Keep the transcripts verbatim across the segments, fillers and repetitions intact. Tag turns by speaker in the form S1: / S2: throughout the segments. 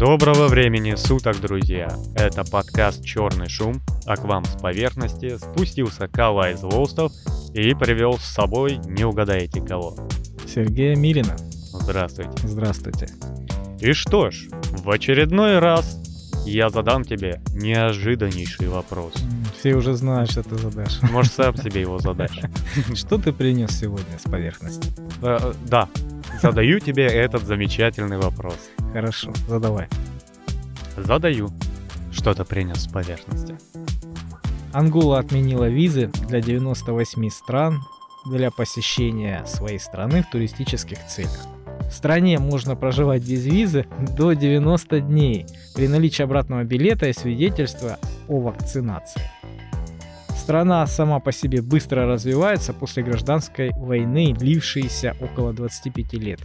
S1: Доброго времени суток, друзья! Это подкаст «Черный шум», а к вам с поверхности спустился Кала из Лоустов и привел с собой, не угадаете кого.
S2: Сергея Мирина.
S1: Здравствуйте.
S2: Здравствуйте.
S1: И что ж, в очередной раз я задам тебе неожиданнейший вопрос.
S2: Все уже знают, что ты задашь.
S1: Может, сам себе его задашь.
S2: Что ты принес сегодня с поверхности?
S1: Э, Да, задаю тебе этот замечательный вопрос.
S2: Хорошо, задавай.
S1: Задаю. Что ты принес с поверхности?
S2: Ангола отменила визы для девяноста восьми стран для посещения своей страны в туристических целях. В стране можно проживать без визы до девяноста дней при наличии обратного билета и свидетельства о вакцинации. Страна сама по себе быстро развивается после гражданской войны, длившейся около двадцати пяти лет.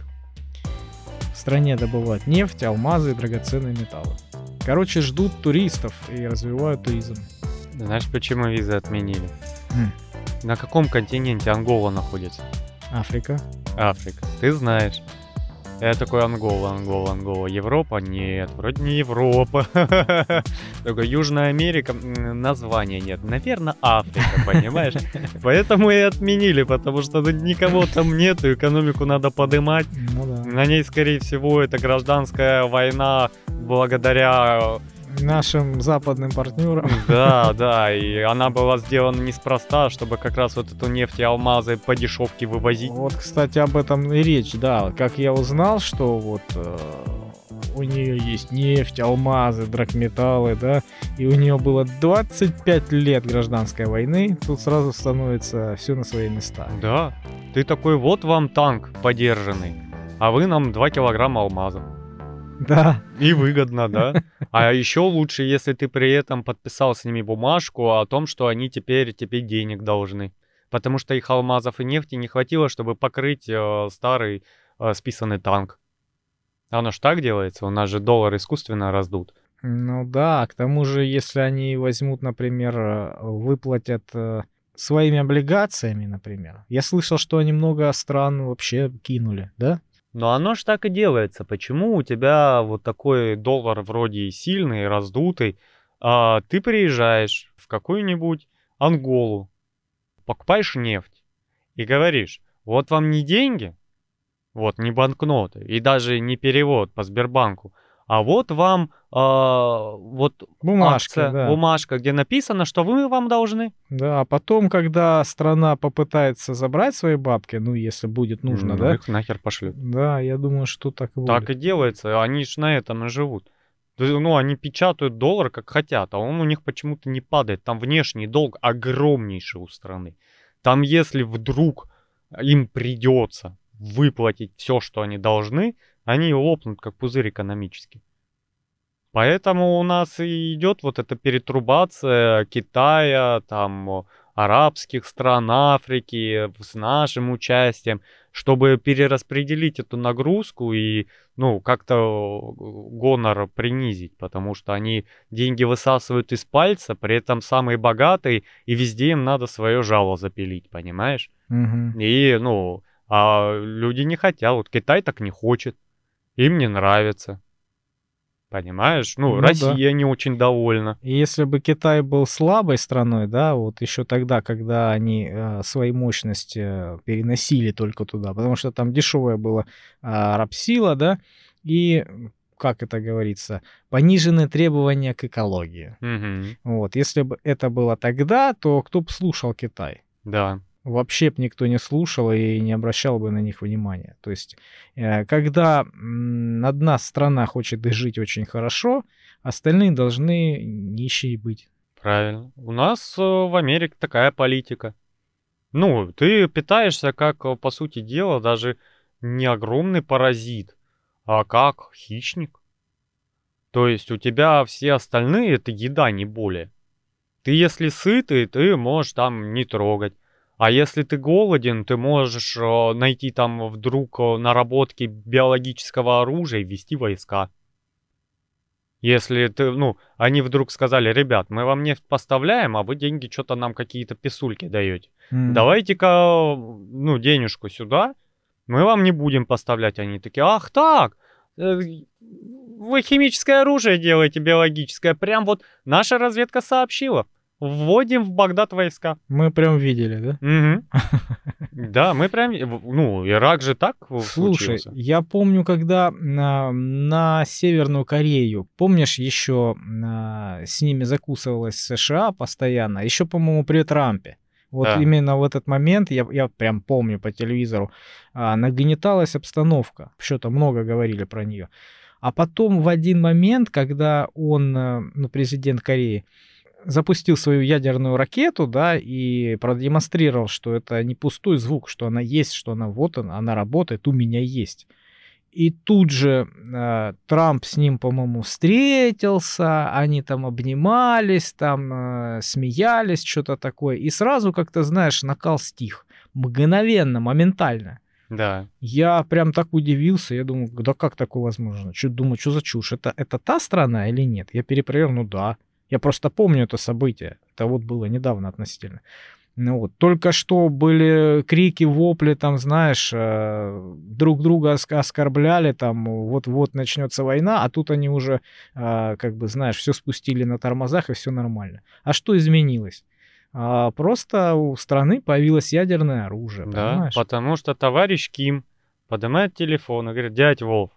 S2: В стране добывают нефть, алмазы и драгоценные металлы. Короче, ждут туристов и развивают туризм.
S1: Знаешь, почему визы отменили?
S2: М.
S1: На каком континенте Ангола находится?
S2: Африка.
S1: Африка. Ты знаешь. Я такой: Ангола, Ангола, Ангола. Европа? Нет, вроде не Европа. Только Южная Америка, м, названия нет. Наверное, Африка, понимаешь? Поэтому и отменили, потому что ну, никого там нету, экономику надо подымать.
S2: Ну да.
S1: На ней, скорее всего, это гражданская война благодаря...
S2: Нашим западным партнерам.
S1: Да, да, и она была сделана неспроста, чтобы как раз вот эту нефть и алмазы по дешевке вывозить.
S2: Вот, кстати, об этом и речь, да. Как я узнал, что вот э, у нее есть нефть, алмазы, драгметаллы, да, и у нее было двадцать пять лет гражданской войны, тут сразу становится все на свои места.
S1: Да, ты такой: вот вам танк подержанный, а вы нам два килограмма алмазов.
S2: Да.
S1: И выгодно, да? А еще лучше, если ты при этом подписал с ними бумажку о том, что они теперь тебе денег должны. Потому что их алмазов и нефти не хватило, чтобы покрыть э, старый э, списанный танк. Оно ж так делается, у нас же доллар искусственно раздут.
S2: Ну да, к тому же, если они возьмут, например, э, выплатят э, своими облигациями, например. Я слышал, что они много стран вообще кинули, да?
S1: Но оно ж так и делается. Почему у тебя вот такой доллар вроде и сильный, и раздутый, а ты приезжаешь в какую-нибудь Анголу, покупаешь нефть и говоришь: вот вам не деньги, вот не банкноты и даже не перевод по Сбербанку, а вот вам а, вот
S2: Бумажки,
S1: акция,
S2: да.
S1: бумажка, где написано, что вы вам должны.
S2: Да, а потом, когда страна попытается забрать свои бабки, ну, если будет нужно,
S1: Ну,
S2: да?
S1: их нахер пошлют.
S2: Да, я думаю, что так и будет.
S1: Так и делается, они ж на этом и живут. То есть, ну, они печатают доллар как хотят, а он у них почему-то не падает. Там внешний долг огромнейший у страны. Там если вдруг им придется выплатить все, что они должны, они лопнут как пузырь экономически. Поэтому у нас и идет вот эта перетрубация Китая, там, арабских стран, Африки с нашим участием, чтобы перераспределить эту нагрузку и, ну, как-то гонор принизить, потому что они деньги высасывают из пальца, при этом самые богатые, и везде им надо свое жало запилить, понимаешь?
S2: Мгм.
S1: И, ну, а люди не хотят, вот Китай так не хочет, им не нравится. Понимаешь? Ну,
S2: Ну да.
S1: Россия не очень довольна.
S2: И если бы Китай был слабой страной, да, вот еще тогда, когда они э, свои мощности э, переносили только туда, потому что там дешевая была а, рабсила, да, и, как это говорится, пониженные требования к экологии.
S1: Мгм.
S2: Вот, если бы это было тогда, то кто бы слушал Китай?
S1: Да.
S2: Вообще бы никто не слушал и не обращал бы на них внимания. То есть, э, когда м, одна страна хочет жить очень хорошо, остальные должны нищие быть.
S1: Правильно. У нас э, в Америке такая политика. Ну, ты питаешься как, э, по сути дела, даже не огромный паразит, а как хищник. То есть у тебя все остальные — это еда, не более. Ты если сытый, ты можешь там не трогать. А если ты голоден, ты можешь э, найти там вдруг э, наработки биологического оружия и ввести войска. Если ты, ну, они вдруг сказали: ребят, мы вам нефть поставляем, а вы деньги что-то нам какие-то писульки даете.
S2: М.
S1: Давайте-ка, ну, денежку сюда, мы вам не будем поставлять. Они такие: ах так, э, вы химическое оружие делаете, биологическое. Прям вот наша разведка сообщила. Вводим в Багдад войска.
S2: Мы прям видели, да?
S1: Угу. Да, мы прям... Ну, Ирак же так
S2: Слушай,
S1: случился.
S2: я помню, когда на, на Северную Корею, помнишь, еще а, с ними закусывалась США постоянно, еще, по-моему, при Трампе. Вот
S1: Да.
S2: именно в этот момент, я, я прям помню по телевизору, а, нагнеталась обстановка. Что-то много говорили про нее. А потом в один момент, когда он, ну, президент Кореи, запустил свою ядерную ракету, да, и продемонстрировал, что это не пустой звук, что она есть, что она вот она, она работает, у меня есть. И тут же э, Трамп с ним, по-моему, встретился, они там обнимались, там э, смеялись, что-то такое. И сразу, как-то, знаешь, накал стих. Мгновенно, моментально.
S1: Да.
S2: Я прям так удивился, я думаю, да как такое возможно? Чё, думаю, что за чушь? Это, это та страна или нет? Я перепроверил, ну да. Я просто помню это событие. Это вот было недавно относительно. Ну вот. Только что были крики, вопли, там, знаешь, э, друг друга оскорбляли, там, вот-вот начнется война, а тут они уже, э, как бы, знаешь, все спустили на тормозах, и все нормально. А что изменилось? А, просто у страны появилось ядерное оружие,
S1: Да,
S2: понимаешь?
S1: потому что товарищ Ким поднимает телефон и говорит: дядь Вов,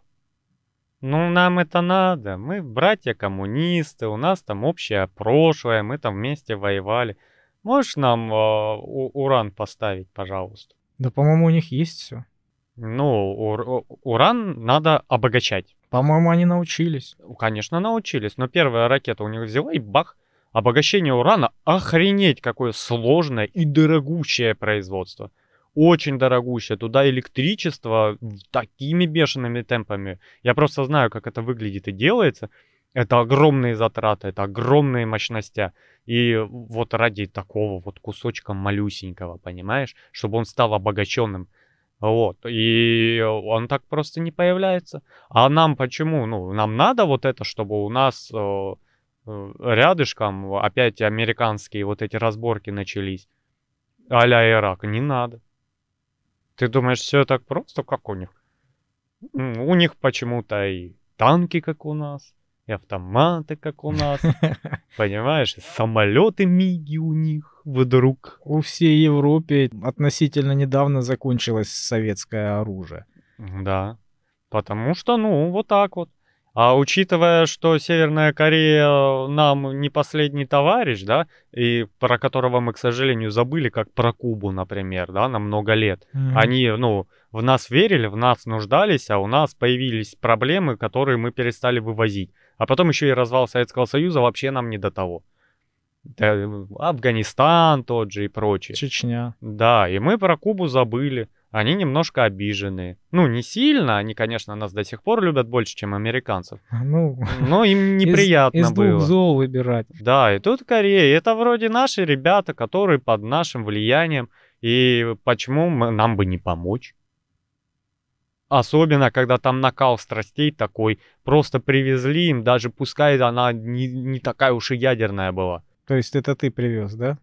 S1: ну нам это надо, мы братья-коммунисты, у нас там общее прошлое, мы там вместе воевали. Можешь нам э, у- уран поставить, пожалуйста?
S2: Да, по-моему, у них есть все.
S1: Ну, ур- у- уран надо обогащать.
S2: По-моему, они научились.
S1: Ну, конечно, научились, но первая ракета у них взяла и бах. Обогащение урана, охренеть, какое сложное и дорогущее производство. Очень дорогущее. Туда электричество такими бешеными темпами. Я просто знаю, как это выглядит и делается. Это огромные затраты, это огромные мощности. И вот ради такого вот кусочка малюсенького, понимаешь, чтобы он стал обогащенным. Вот. И он так просто не появляется. А нам почему? Ну, нам надо вот это, чтобы у нас э, э, рядышком опять американские вот эти разборки начались. А-ля Ирак. Не надо. Ты думаешь, все так просто, как у них? М, У них почему-то и танки, как у нас, и автоматы, как у нас. Понимаешь? Самолеты Миги у них вдруг.
S2: У всей Европе относительно недавно закончилось советское оружие.
S1: Да. Потому что, ну, вот так вот. А учитывая, что Северная Корея нам не последний товарищ, да, и про которого мы, к сожалению, забыли, как про Кубу, например, да, на много лет.
S2: Мгм.
S1: Они, ну, в нас верили, в нас нуждались, а у нас появились проблемы, которые мы перестали вывозить. А потом еще и развал Советского Союза, вообще нам не до того. Да, Афганистан тот же и прочее.
S2: Чечня.
S1: Да, и мы про Кубу забыли. Они немножко обижены. Ну, не сильно, они, конечно, нас до сих пор любят больше, чем американцев.
S2: Ну,
S1: Но им
S2: из-
S1: неприятно
S2: из, двух
S1: было.
S2: зол выбирать.
S1: Да, и тут Корея. Это вроде наши ребята, которые под нашим влиянием. И почему мы- нам бы не помочь? Особенно, когда там накал страстей такой. Просто привезли им, даже пускай она не, не такая уж и ядерная была.
S2: То есть это ты привез, да?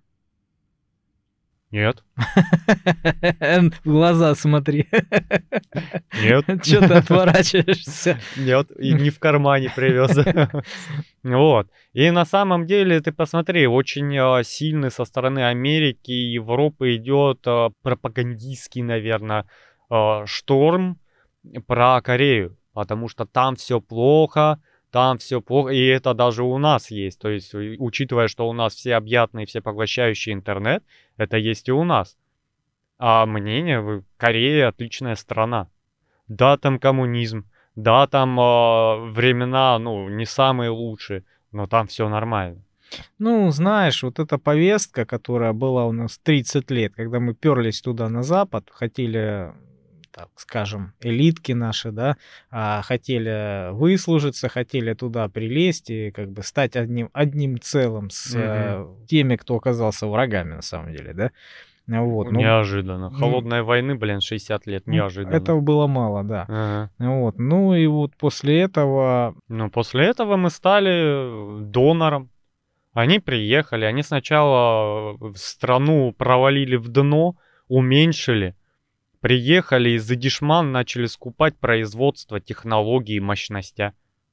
S1: Нет,
S2: В глаза смотри.
S1: нет.
S2: Че ты отворачиваешься?
S1: Нет, и не в кармане привез. Вот. И на самом деле, ты посмотри, очень э, сильный со стороны Америки и Европы идет э, пропагандистский, наверное, э, шторм про Корею. Потому что там все плохо, там все плохо. И это даже у нас есть. То есть, у- учитывая, что у нас всеобъятный, всепоглощающий интернет, это есть и у нас. А мнение, вы- Корея отличная страна. Да, там коммунизм, да, там э, времена, ну, не самые лучшие, но там все нормально.
S2: Ну, знаешь, вот эта повестка, которая была у нас тридцать лет, когда мы перлись туда на Запад, хотели, так скажем, элитки наши, да, а, хотели выслужиться, хотели туда прилезть и как бы стать одним, одним целым с э, теми, кто оказался врагами на самом деле, да. Вот, ну,
S1: Неожиданно.
S2: ну,
S1: Холодной войны, блин, шестьдесят лет,
S2: ну,
S1: неожиданно.
S2: этого было мало, да.
S1: Ага.
S2: Вот, ну и вот после этого,
S1: Ну, после этого мы стали донором. Они приехали, они сначала в страну провалили в дно, уменьшили, приехали и за дешман начали скупать производство, технологии, мощностя.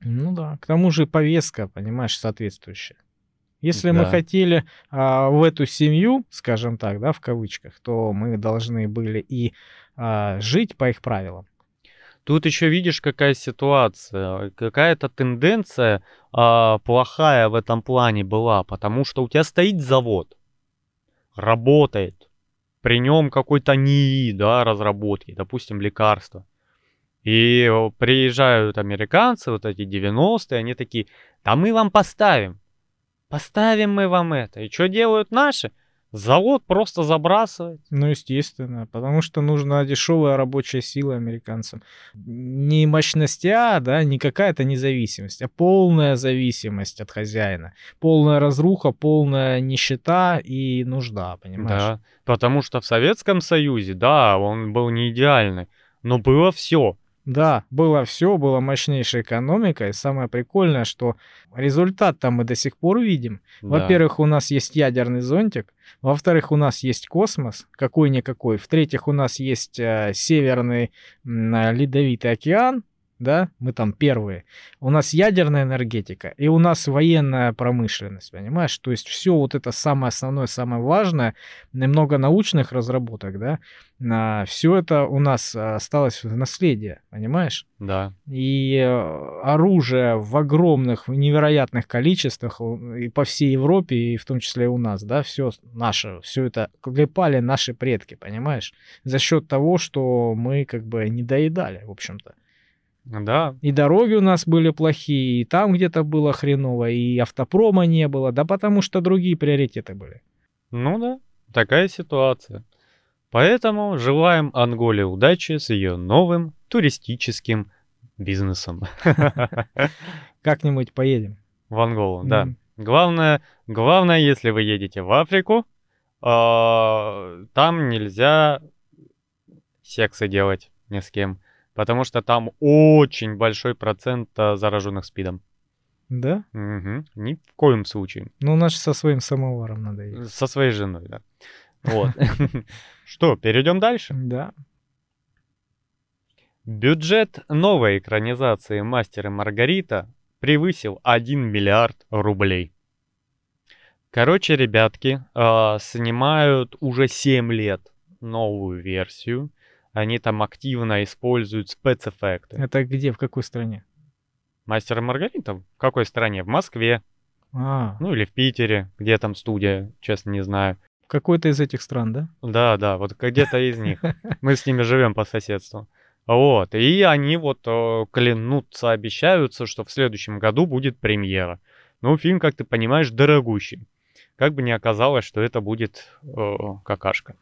S2: Ну да, к тому же повестка, понимаешь, соответствующая. Если мы
S1: Да.
S2: хотели а, в эту семью, скажем так, да, в кавычках, то мы должны были и а, жить по их правилам.
S1: Тут еще видишь, какая ситуация, какая-то тенденция а, плохая в этом плане была, потому что у тебя стоит завод, работает, при нем какой-то НИИ, да, разработки, допустим, лекарства. И э, приезжают американцы, вот эти девяностые, они такие, да мы вам поставим, поставим мы вам это. И что делают наши? Завод просто забрасывает.
S2: Ну, естественно, потому что нужна дешевая рабочая сила американцам. Не мощностя, да, не какая-то независимость, а полная зависимость от хозяина. Полная разруха, полная нищета и нужда, понимаешь?
S1: Да, потому что в Советском Союзе, да, он был не идеальный, но было все.
S2: Да, было все, была мощнейшая экономика, и самое прикольное, что результат-то мы до сих пор видим.
S1: Да,
S2: Во-первых, у нас есть ядерный зонтик, во-вторых, у нас есть космос, какой-никакой, в-третьих, у нас есть э, Северный м, э, Ледовитый океан, да, мы там первые. У нас ядерная энергетика, и у нас военная промышленность, понимаешь? То есть все вот это самое основное, самое важное, и много научных разработок, да, все это у нас а, осталось в наследие, понимаешь?
S1: да,
S2: И э, оружие в огромных, в невероятных количествах у- и по всей Европе, и в том числе и у нас, да, все наше, все это клепали наши предки, понимаешь? За счет того, что мы как бы не доедали, в общем-то.
S1: да,
S2: И дороги у нас были плохие, и там где-то было хреново, и автопрома не было, да потому что другие приоритеты были.
S1: ну да, такая ситуация. Поэтому желаем Анголе удачи с ее новым туристическим бизнесом.
S2: Как-нибудь поедем.
S1: В Анголу, да.
S2: М.
S1: Главное, главное, если вы едете в Африку, а, там нельзя секса делать ни с кем, потому что там очень большой процент а, зараженных СПИДом.
S2: Да?
S1: Мгм. Ни в коем случае.
S2: Ну, у нас со своим самоваром надо ехать.
S1: Со своей женой, да. Вот. Что, перейдем дальше?
S2: Да.
S1: Бюджет новой экранизации «Мастер и Маргарита» превысил один миллиард рублей. Короче, ребятки, а, снимают уже семь лет новую версию. Они там активно используют спецэффекты.
S2: Это где, в какой стране?
S1: «Мастер и Маргарита» в какой стране? В Москве,
S2: А,
S1: ну или в Питере, где там студия, честно не знаю.
S2: в какой-то из этих стран, да?
S1: Да, да, вот где-то из них. Мы с ними живем по соседству. Вот, и они вот э, клянутся, обещаются, что в следующем году будет премьера. Ну, фильм, как ты понимаешь, дорогущий. Как бы ни оказалось, что это будет э, какашка.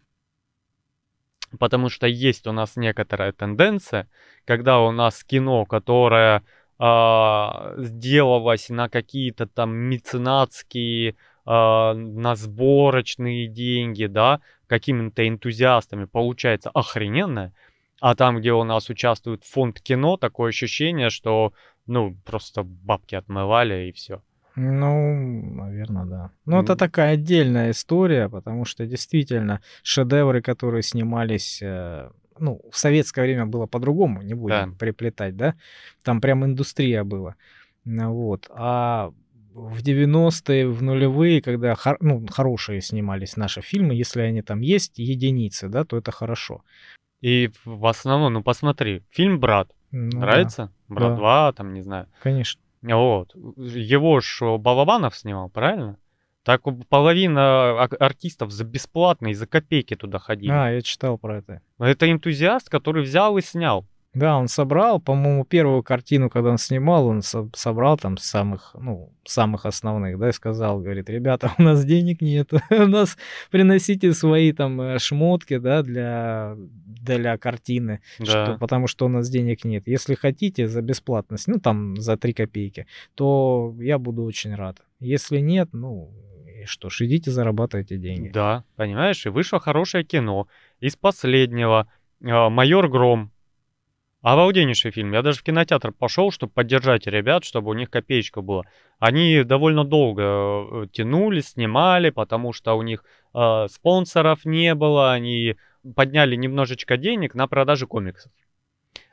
S1: Потому что есть у нас некоторая тенденция, когда у нас кино, которое а, сделалось на какие-то там меценатские, а, на сборочные деньги, да, какими-то энтузиастами, получается охрененное. А там, где у нас участвует фонд кино, такое ощущение, что, ну, просто бабки отмывали и все.
S2: Ну, наверное, да. Но это
S1: М.
S2: такая отдельная история, потому что действительно шедевры, которые снимались, э, ну, в советское время было по-другому, не
S1: Да,
S2: будем приплетать, да? Там прям индустрия была. Ну вот. А в девяностые, в нулевые, когда хор- ну, хорошие снимались наши фильмы, если они там есть, единицы, да, то это хорошо.
S1: и в в основном, ну посмотри, фильм «Брат».
S2: Ну да,
S1: Нравится? «Брат
S2: да,
S1: два», там, не знаю.
S2: конечно.
S1: Вот. Его ж э, Балабанов снимал, правильно? Так у- половина ак- артистов за бесплатно и за копейки туда ходили.
S2: А, я читал про это.
S1: Но это энтузиаст, который взял и снял.
S2: Да, он собрал, по-моему, первую картину, когда он снимал, он со- собрал там самых, ну, самых основных, да, и сказал, говорит, ребята, у нас денег нет, у нас приносите свои там э, шмотки, да, для, для картины, что,
S1: Да.
S2: потому что у нас денег нет. Если хотите за бесплатность, ну, там, за три копейки, то я буду очень рад. Если нет, ну, и что ж, идите зарабатывайте деньги.
S1: Да, понимаешь, и вышло хорошее кино. Из последнего э, «Майор Гром». Обалденнейший фильм. Я даже в кинотеатр пошел, чтобы поддержать ребят, чтобы у них копеечка была. Они довольно долго э, тянули, снимали, потому что у них э, спонсоров не было. Они подняли немножечко денег на продаже комиксов.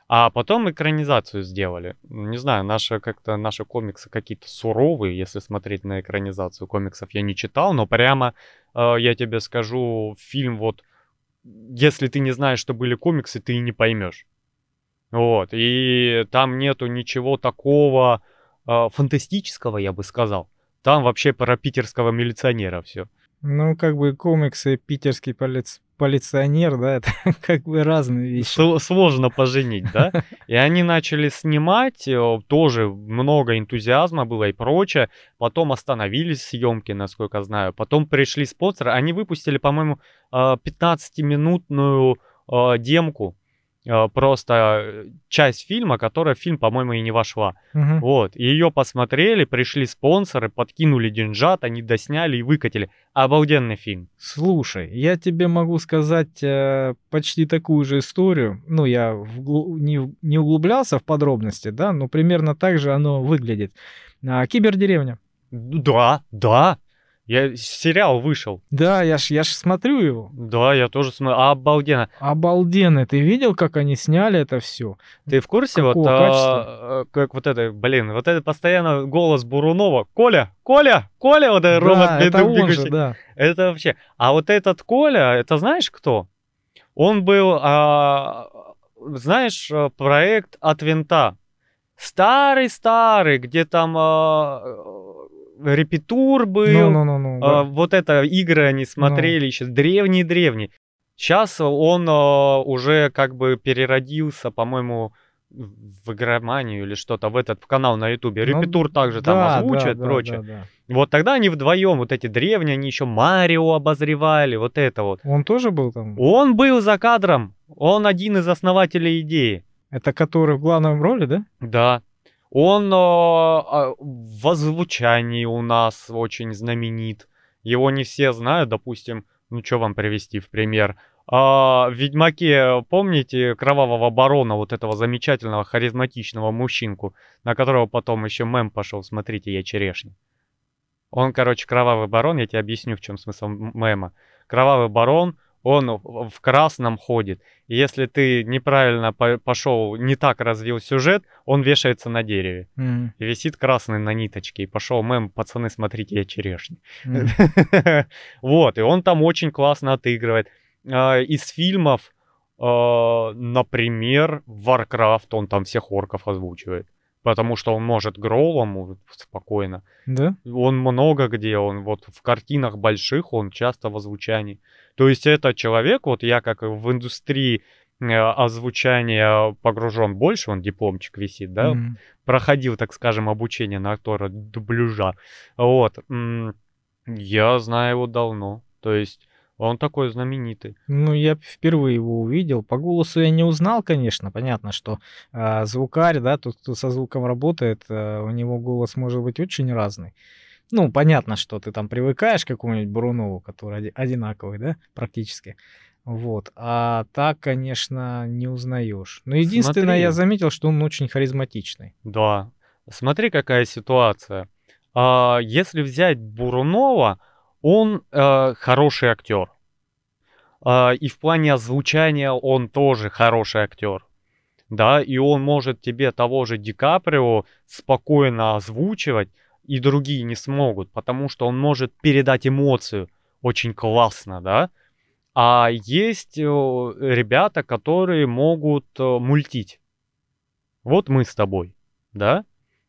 S1: А потом экранизацию сделали. Не знаю, наши как-то наши комиксы какие-то суровые, если смотреть на экранизацию комиксов, я не читал, но прямо э, я тебе скажу, фильм вот, если ты не знаешь, что были комиксы, ты и не поймешь. Вот, и там нету ничего такого э, фантастического, я бы сказал. Там вообще про питерского милиционера все.
S2: Ну, как бы комиксы «Питерский полиц- полиционер», да, это как бы разные вещи.
S1: Сл- Сложно поженить, да? И они начали снимать, э, тоже много энтузиазма было и прочее. Потом остановились съемки, насколько знаю. Потом пришли спонсоры. Они выпустили, по-моему, э, пятнадцатиминутную э, демку. э, Просто э, часть фильма, которая в фильм, по-моему, и не вошла.
S2: Мгм.
S1: Вот. И ее посмотрели, пришли спонсоры, подкинули деньжат, они досняли и выкатили. Обалденный фильм.
S2: Слушай, я тебе могу сказать э, почти такую же историю. Ну, я вглу- не, в- не углублялся в подробности, да, но примерно так же оно выглядит. А, Кибердеревня.
S1: Да, да. Я сериал вышел.
S2: Да, я ж, я ж смотрю его.
S1: Да, я тоже смотрю. Обалденно.
S2: Обалденно. Ты видел, как они сняли это все?
S1: Ты в курсе, вот
S2: Какого качества?
S1: а, э, как вот это, блин, вот это постоянно голос Бурунова. Коля, Коля, Коля, вот этот робот
S2: Да, это
S1: беду-
S2: он же,
S1: бегущий.
S2: да.
S1: Это вообще. А вот этот Коля, это знаешь кто? Он был, а, знаешь, э, проект от винта. Старый-старый, где там а, э, репетур был.
S2: Ну-ну-ну-ну.
S1: А,
S2: да.
S1: вот это игры они смотрели еще древние-древние. Сейчас он а, уже как бы переродился, по-моему, в игроманию или что-то, в этот в канал на ютубе.
S2: Ну,
S1: Репетур также там
S2: да,
S1: озвучивает,
S2: да,
S1: прочее.
S2: да, да, да.
S1: Вот тогда они вдвоем, вот эти древние, они еще Марио обозревали, вот это вот.
S2: Он тоже был там?
S1: Он был за кадром, он один из основателей идеи.
S2: Это который в главном роли, да?
S1: Да. Он а, а, в озвучании у нас очень знаменит. Его не все знают, допустим, ну что вам привести в пример. А, в «Ведьмаке» помните Кровавого Барона, вот этого замечательного харизматичного мужчинку, на которого потом еще мем пошел, смотрите, я черешня. Он, короче, Кровавый Барон, я тебе объясню, в чем смысл м- мема. Кровавый Барон, он в в красном ходит. И если ты неправильно по- пошел, не так развил сюжет, он вешается на дереве.
S2: Мгм.
S1: И висит красный на ниточке. И пошел мем, пацаны, смотрите, я черешня.
S2: Мгм.
S1: Вот, и он там очень классно отыгрывает. А, Из фильмов, а, например, Warcraft, он там всех орков озвучивает. Потому что он может Гроулом спокойно.
S2: Да?
S1: Он много где, он вот в картинах больших, он часто в озвучании. То есть это человек, вот я как в индустрии э, озвучания погружен больше, он дипломчик висит, да,
S2: Мгм.
S1: проходил, так скажем, обучение на актера дубляжа. Вот. м, Я знаю его давно. То есть он такой знаменитый.
S2: Ну, я впервые его увидел. По голосу я не узнал, конечно. Понятно, что а, звукарь, да, тот, кто со звуком работает, а, у него голос может быть очень разный. Ну, понятно, что ты там привыкаешь к какому-нибудь Бурунову, который оди- одинаковый, да, практически. Вот. А так, конечно, не узнаешь. Но единственное, я
S1: Смотри.
S2: заметил, что он очень харизматичный.
S1: Да. Смотри, какая ситуация. А, если взять Бурунова, он э, хороший актер. А, и в плане озвучания он тоже хороший актер. Да, и он может тебе того же Ди Каприо спокойно озвучивать, и другие не смогут, потому что он может передать эмоцию очень классно, да. А есть э, ребята, которые могут э, мультить. Вот мы с тобой, да,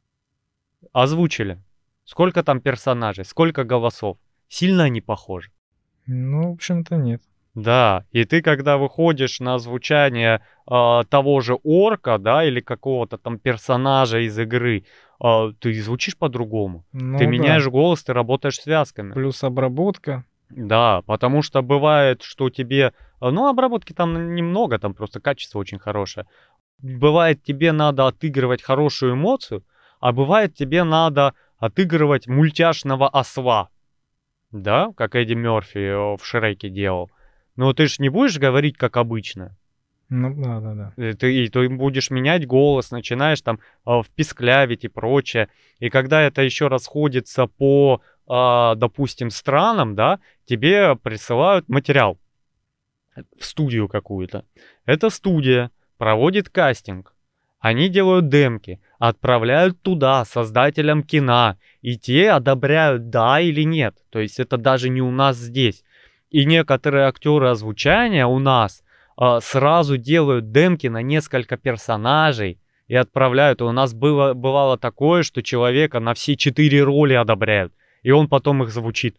S1: озвучили. Сколько там персонажей, сколько голосов. Сильно они похожи.
S2: Ну, в общем-то, нет.
S1: Да, и ты, когда выходишь на звучание а, того же орка, да, или какого-то там персонажа из игры, а, ты звучишь по-другому.
S2: Ну,
S1: Ты
S2: да.
S1: меняешь голос, ты работаешь связками.
S2: Плюс обработка.
S1: Да, потому что бывает, что тебе... а, Ну, обработки там немного, там просто качество очень хорошее. Бывает, тебе надо отыгрывать хорошую эмоцию, а бывает, тебе надо отыгрывать мультяшного осла. Да, как Эдди Мерфи э, в Шреке делал. Но ты ж не будешь говорить как обычно.
S2: Ну, да, да, да.
S1: Э, Ты, и ты будешь менять голос, начинаешь там а, вписклявить и прочее. И когда это еще расходится по, а, допустим, странам, да, тебе присылают материал в студию какую-то. Эта студия проводит кастинг, они делают демки, отправляют туда создателям кино, и те одобряют да или нет. То есть это даже не у нас здесь. И некоторые актеры озвучания у нас э, сразу делают демки на несколько персонажей и отправляют. И у нас было, бывало такое, что человека на все четыре роли одобряют, и он потом их звучит.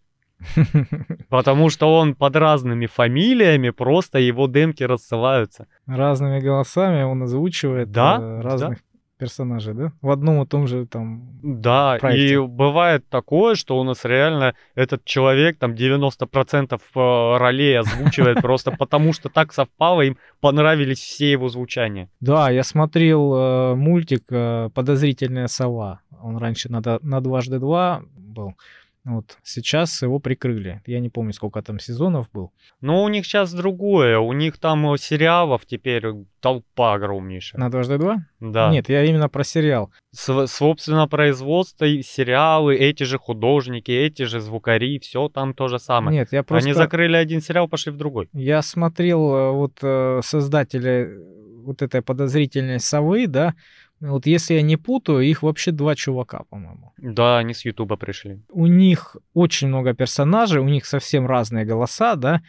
S1: Потому что он под разными фамилиями, просто его демки рассылаются.
S2: Разными голосами он озвучивает
S1: Да,
S2: э, разных
S1: да.
S2: персонажей, да? В одном и том же там
S1: Да,
S2: проекте.
S1: и бывает такое, что у нас реально этот человек там девяносто процентов э, ролей озвучивает просто потому, что так совпало, им понравились все его звучания.
S2: Да, я смотрел э, мультик э, «Подозрительная сова». Он раньше на, до- на дважды два был. Вот сейчас его прикрыли. Я не помню, сколько там сезонов был.
S1: Но у них сейчас другое, у них там э, сериалов теперь толпа огромнейшая.
S2: На дважды два?
S1: Да.
S2: Нет, я именно про сериал.
S1: С- собственно, производство, и сериалы, эти же художники, эти же звукари, все там то же самое.
S2: Нет, я просто...
S1: Они закрыли один сериал, пошли в другой.
S2: Я смотрел э, вот э, создателя вот этой «Подозрительной совы», да, вот если я не путаю, их вообще два чувака, по-моему.
S1: Да, они с Ютуба пришли.
S2: У них очень много персонажей, у них совсем разные голоса, да,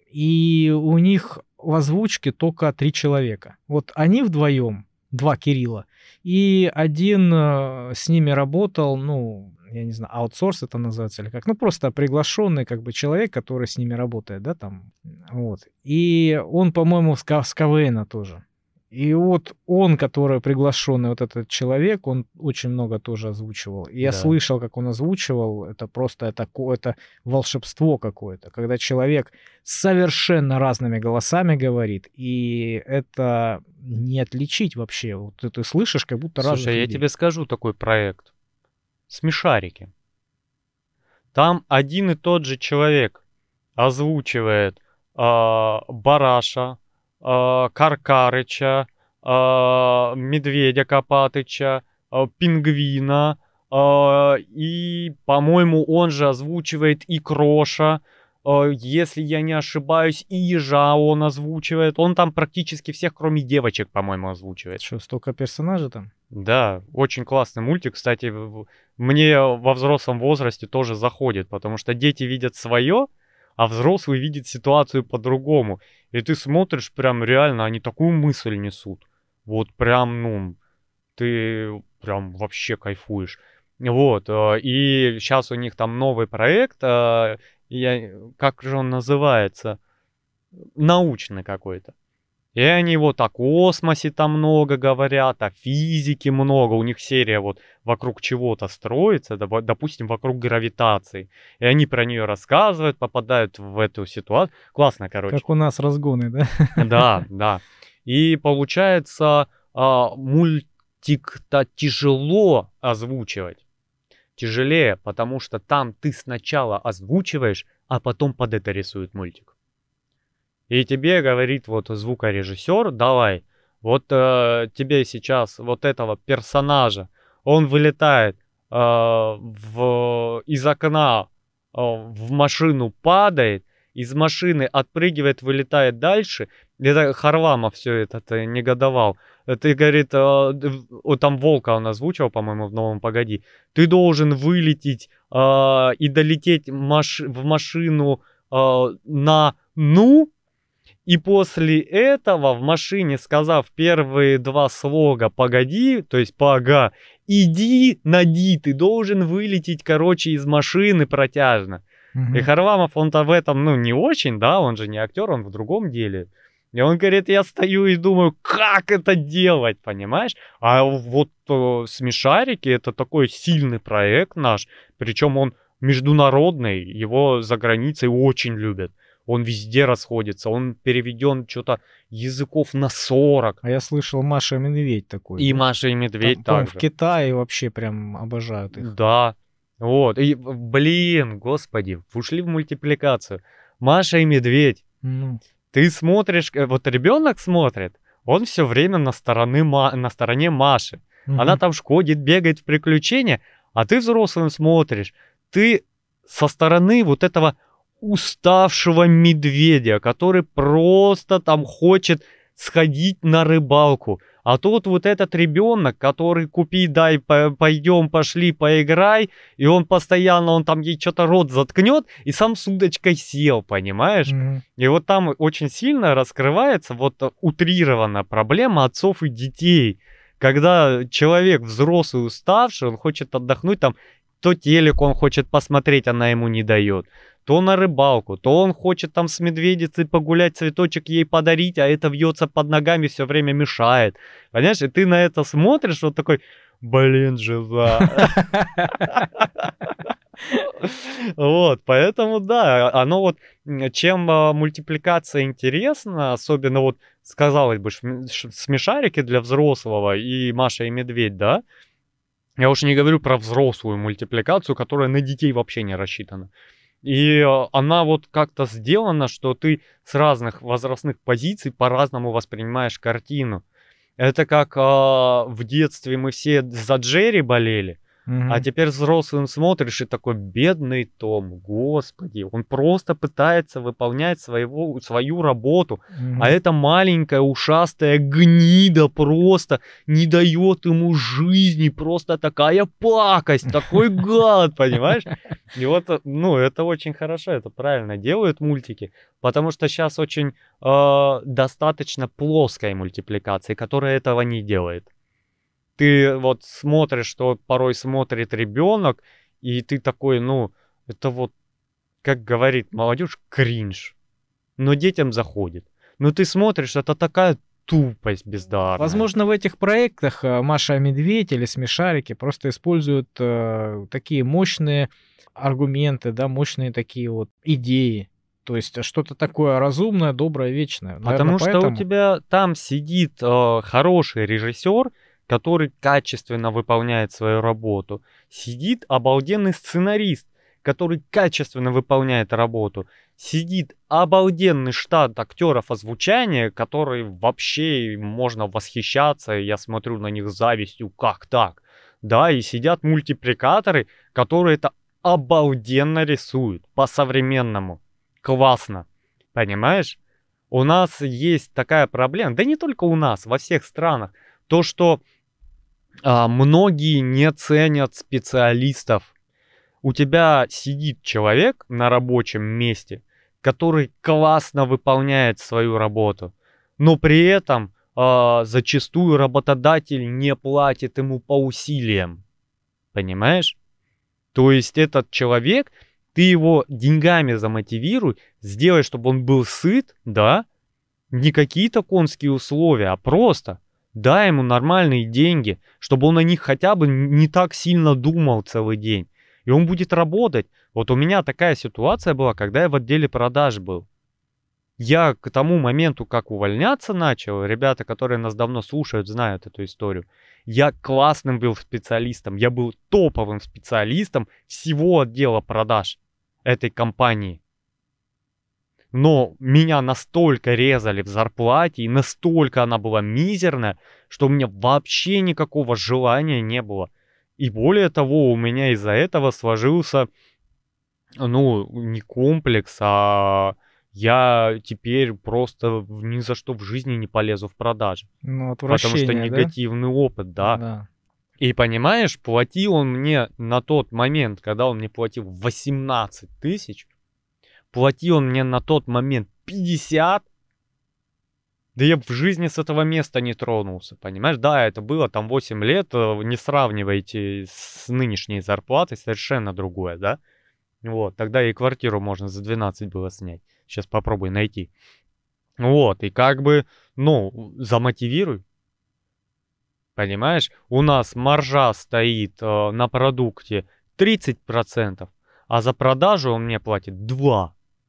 S2: и у них в озвучке только три человека. Вот они вдвоем, два Кирилла, и один э, с ними работал, ну, я не знаю, аутсорс это называется или как, ну, просто приглашенный как бы человек, который с ними работает, да, там, вот. И он, по-моему, с Ка- с КВНа тоже. И вот он, который приглашенный, вот этот человек, он очень много тоже озвучивал. И я
S1: Да.
S2: слышал, как он озвучивал, это просто это, ко- это волшебство какое-то, когда человек с совершенно разными голосами говорит, и это не отличить вообще. Вот ты, ты слышишь, как будто разных
S1: Слушай, я
S2: людей.
S1: тебе скажу такой проект. Смешарики. Там один и тот же человек озвучивает а, Бараша, а, Каркарыча, а, Медведя Копатыча, а, Пингвина, а, и, по-моему, он же озвучивает и Кроша, а, если я не ошибаюсь, и Ежа он озвучивает. Он там практически всех, кроме девочек, по-моему, озвучивает.
S2: Что, столько персонажей там?
S1: Да, очень классный мультик. Кстати, в- в- мне во взрослом возрасте тоже заходит, потому что дети видят свое, а взрослые видят ситуацию по-другому. И ты смотришь, прям реально, они такую мысль несут. Вот прям, ну, ты прям вообще кайфуешь. Вот, э, и сейчас у них там новый проект, э, я, как же он называется? Научный какой-то. И они вот о космосе там много говорят, о физике много. У них серия вот вокруг чего-то строится, доп- допустим, вокруг гравитации. И они про нее рассказывают, попадают в эту ситуацию. Классно, короче.
S2: Как у нас разгоны, да?
S1: Да, да. И получается, а, мультик-то тяжело озвучивать. Тяжелее, потому что там ты сначала озвучиваешь, а потом под это рисует мультик. И тебе говорит вот звукорежиссер, давай, вот э, тебе сейчас вот этого персонажа, он вылетает э, в, из окна э, в машину, падает, из машины отпрыгивает, вылетает дальше. Это Харламов все это негодовал. Ты, говорит, э, вот там Волка он озвучивал, по-моему, в «Новом погоди». Ты должен вылететь э, и долететь маш- в машину э, на «ну», и после этого в машине, сказав первые два слога «погоди», то есть «пога», «иди на ди», ты должен вылететь, короче, из машины протяжно.
S2: Мгм.
S1: И Харламов, он-то в этом, ну, не очень, да, он же не актер, он в другом деле. И он говорит, я стою и думаю, как это делать, понимаешь? А вот э, «Смешарики» — это такой сильный проект наш, причем он международный, его за границей очень любят. Он везде расходится, он переведен что-то языков на сорок.
S2: А я слышал, Маша и Медведь такой.
S1: И
S2: да?
S1: Маша и Медведь
S2: Там, по-моему,
S1: также.
S2: в Китае вообще прям обожают их.
S1: Да, вот. И, блин, господи, ушли в мультипликацию. Маша и Медведь.
S2: Ну,
S1: Ты смотришь, э, вот ребенок смотрит, он все время на стороне, Ма- на стороне Маши. Она
S2: мгм.
S1: там шкодит, бегает в приключения, а ты взрослым смотришь. Ты со стороны вот этого уставшего медведя, который просто там хочет сходить на рыбалку. А тут вот этот ребенок, который купи, дай, пойдем, пошли, поиграй, и он постоянно, он там ей что-то рот заткнет, и сам с удочкой сел, понимаешь?
S2: Мгм.
S1: И вот там очень сильно раскрывается вот утрированная проблема отцов и детей. Когда человек взрослый, уставший, он хочет отдохнуть, там, то телек он хочет посмотреть, она ему не дает. То на рыбалку, то он хочет там с медведицей погулять, цветочек ей подарить, а это вьется под ногами, все время мешает. Понимаешь, и ты на это смотришь, вот такой, блин, жиза. Вот, поэтому да, оно вот, м, чем а, мультипликация интересна, особенно вот, сказалось бы, шм- ш- смешарики для взрослого и Маша и Медведь, да, я уж не говорю про взрослую мультипликацию, которая на детей вообще не рассчитана. И а, она вот как-то сделана, что ты с разных возрастных позиций по-разному воспринимаешь картину. Это как а, в детстве мы все за Джерри болели, а
S2: Мгм.
S1: теперь взрослым смотришь и такой бедный Том, господи, он просто пытается выполнять своего, свою работу, а
S2: Мгм.
S1: эта маленькая ушастая гнида просто не дает ему жизни, просто такая пакость, такой гад, понимаешь? И вот, э, ну, это очень хорошо, это правильно делают мультики, потому что сейчас очень э, достаточно плоской мультипликации, которая этого не делает. Ты вот смотришь, что порой смотрит ребенок, и ты такой, ну, это вот, как говорит молодежь, кринж. Но детям заходит. Но ты смотришь, это такая тупость бездарная.
S2: Возможно, в этих проектах э, Маша и Медведь или Смешарики просто используют э, такие мощные аргументы, да, мощные такие вот идеи. То есть э, что-то такое разумное, доброе, вечное. Наверное,
S1: Потому что у
S2: поэтому.
S1: тебя там сидит э, хороший режиссер, который качественно выполняет свою работу. Сидит обалденный сценарист, который качественно выполняет работу. Сидит обалденный штат актеров озвучания, который вообще можно восхищаться. Я смотрю на них с завистью, как так? Да, и сидят мультипликаторы, которые это обалденно рисуют по-современному. Классно. Понимаешь? У нас есть такая проблема, да не только у нас, во всех странах, то, что а, многие не ценят специалистов. У тебя сидит человек на рабочем месте, который классно выполняет свою работу, но при этом а, зачастую работодатель не платит ему по усилиям. Понимаешь? То есть этот человек, ты его деньгами замотивируй, сделай, чтобы он был сыт, да, не какие-то конские условия, а просто дай ему нормальные деньги, чтобы он о них хотя бы не так сильно думал целый день. И он будет работать. Вот у меня такая ситуация была, когда я в отделе продаж был. Я к тому моменту, как увольняться начал, ребята, которые нас давно слушают, знают эту историю. Я классным был специалистом, я был топовым специалистом всего отдела продаж этой компании. Но меня настолько резали в зарплате, и настолько она была мизерная, что у меня вообще никакого желания не было. И более того, у меня из-за этого сложился, ну, не комплекс, а я теперь просто в- ни за что в жизни не полезу в продажи.
S2: Ну,
S1: Потому что
S2: отвращение, да?
S1: негативный опыт, да.
S2: Да.
S1: И понимаешь, платил он мне на тот момент, когда он мне платил восемнадцать тысяч, платил он мне на тот момент пятьдесят, да я б в жизни с этого места не тронулся, понимаешь? Да, это было там восемь лет, э, не сравнивайте с нынешней зарплатой, совершенно другое, да? Вот, тогда и квартиру можно за двенадцать было снять. Сейчас попробуй найти. Вот, и как бы, ну, замотивируй. Понимаешь, у нас маржа стоит э, на продукте тридцать процентов, а за продажу он мне платит два.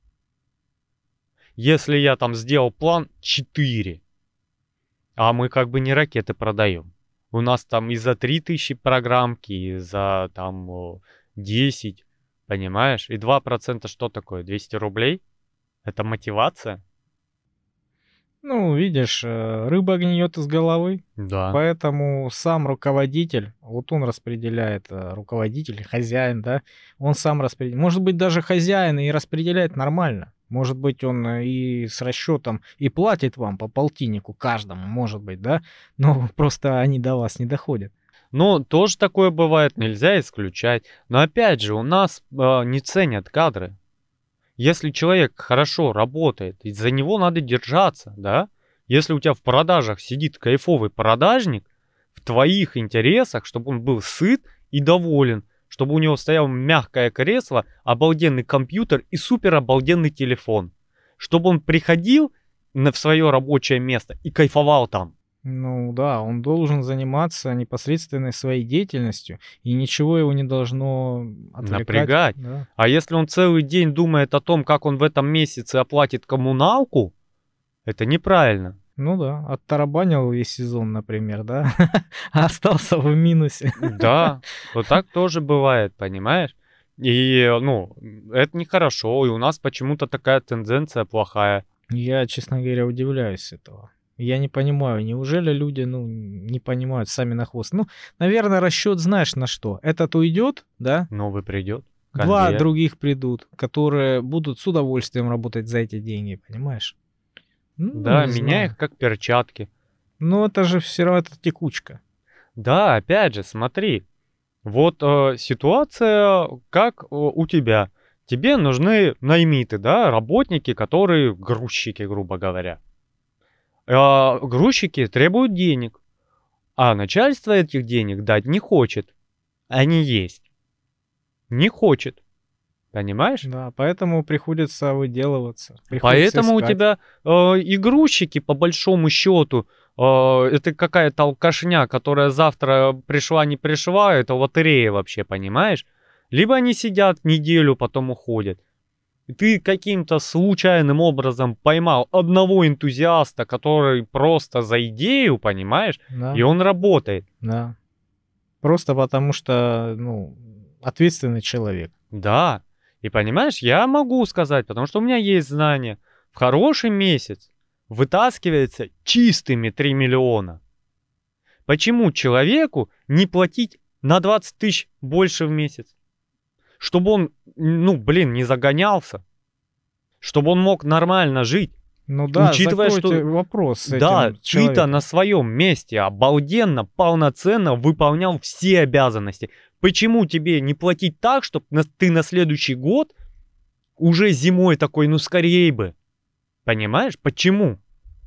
S1: Если я там сделал план четыре, а мы как бы не ракеты продаем. У нас там и за три тысячи программки, и за там о, десять, понимаешь? И два процента что такое? двести рублей? Это мотивация?
S2: Ну, видишь, э, рыба гниет из головы.
S1: Да.
S2: Поэтому сам руководитель, вот он распределяет, э, руководитель, хозяин, да, он сам распределяет. Может быть, даже хозяин и распределяет нормально. Может быть, он э, и с расчетом и платит вам по полтиннику каждому, может быть, да? Но просто они до вас не доходят.
S1: Ну, тоже такое бывает, нельзя исключать. Но опять же, у нас э, не ценят кадры. Если человек хорошо работает, и за него надо держаться, да? Если у тебя в продажах сидит кайфовый продажник, в твоих интересах, чтобы он был сыт и доволен, чтобы у него стояло мягкое кресло, обалденный компьютер и супер обалденный телефон. Чтобы он приходил на, в свое рабочее место и кайфовал там.
S2: Ну да, он должен заниматься непосредственной своей деятельностью, и ничего его не должно отвлекать.
S1: Напрягать.
S2: Да.
S1: А если он целый день думает о том, как он в этом месяце оплатит коммуналку, это неправильно.
S2: Ну да, оттарабанил весь сезон, например, да, а остался в минусе.
S1: Да, вот так тоже бывает, понимаешь? И, ну, это нехорошо, и у нас почему-то такая тенденция плохая.
S2: Я, честно говоря, удивляюсь с этого. Я не понимаю, неужели люди, ну, не понимают сами на хвост? Ну, наверное, расчет знаешь на что. Этот уйдет, да?
S1: Новый придет.
S2: Два
S1: конвейер.
S2: других придут, которые будут с удовольствием работать за эти деньги, понимаешь? Ну,
S1: Да,
S2: не
S1: меняй
S2: знаю.
S1: их как перчатки.
S2: Но это же все равно это текучка.
S1: Да, опять же, смотри. Вот э, ситуация, как э, у тебя. Тебе нужны наймиты, да, работники, которые грузчики, грубо говоря. А грузчики требуют денег, а начальство этих денег дать не хочет. Они есть. Не хочет. Понимаешь?
S2: Да, поэтому приходится выделываться. Приходится
S1: Поэтому у
S2: искать.
S1: тебя э, и грузчики, по большому счету, э, это какая-то алкашня, которая завтра пришла, не пришла, это лотерея вообще, понимаешь? Либо они сидят неделю, потом уходят. И ты каким-то случайным образом поймал одного энтузиаста, который просто за идею, понимаешь?
S2: Да,
S1: И он работает.
S2: да. Просто потому что, ну, ответственный человек.
S1: Да. И понимаешь, я могу сказать, потому что у меня есть знания. В хороший месяц вытаскивается чистыми три миллиона. Почему человеку не платить на двадцать тысяч больше в месяц? Чтобы он, ну, блин, не загонялся. Чтобы он мог нормально жить.
S2: Ну да,
S1: Учитывая,
S2: закройте
S1: что-
S2: вопрос с
S1: Да,
S2: этим
S1: ты-то
S2: человеком.
S1: на своем месте обалденно, полноценно выполнял все обязанности. Почему тебе не платить так, чтобы ты на следующий год уже зимой такой, ну скорее бы? Понимаешь, почему?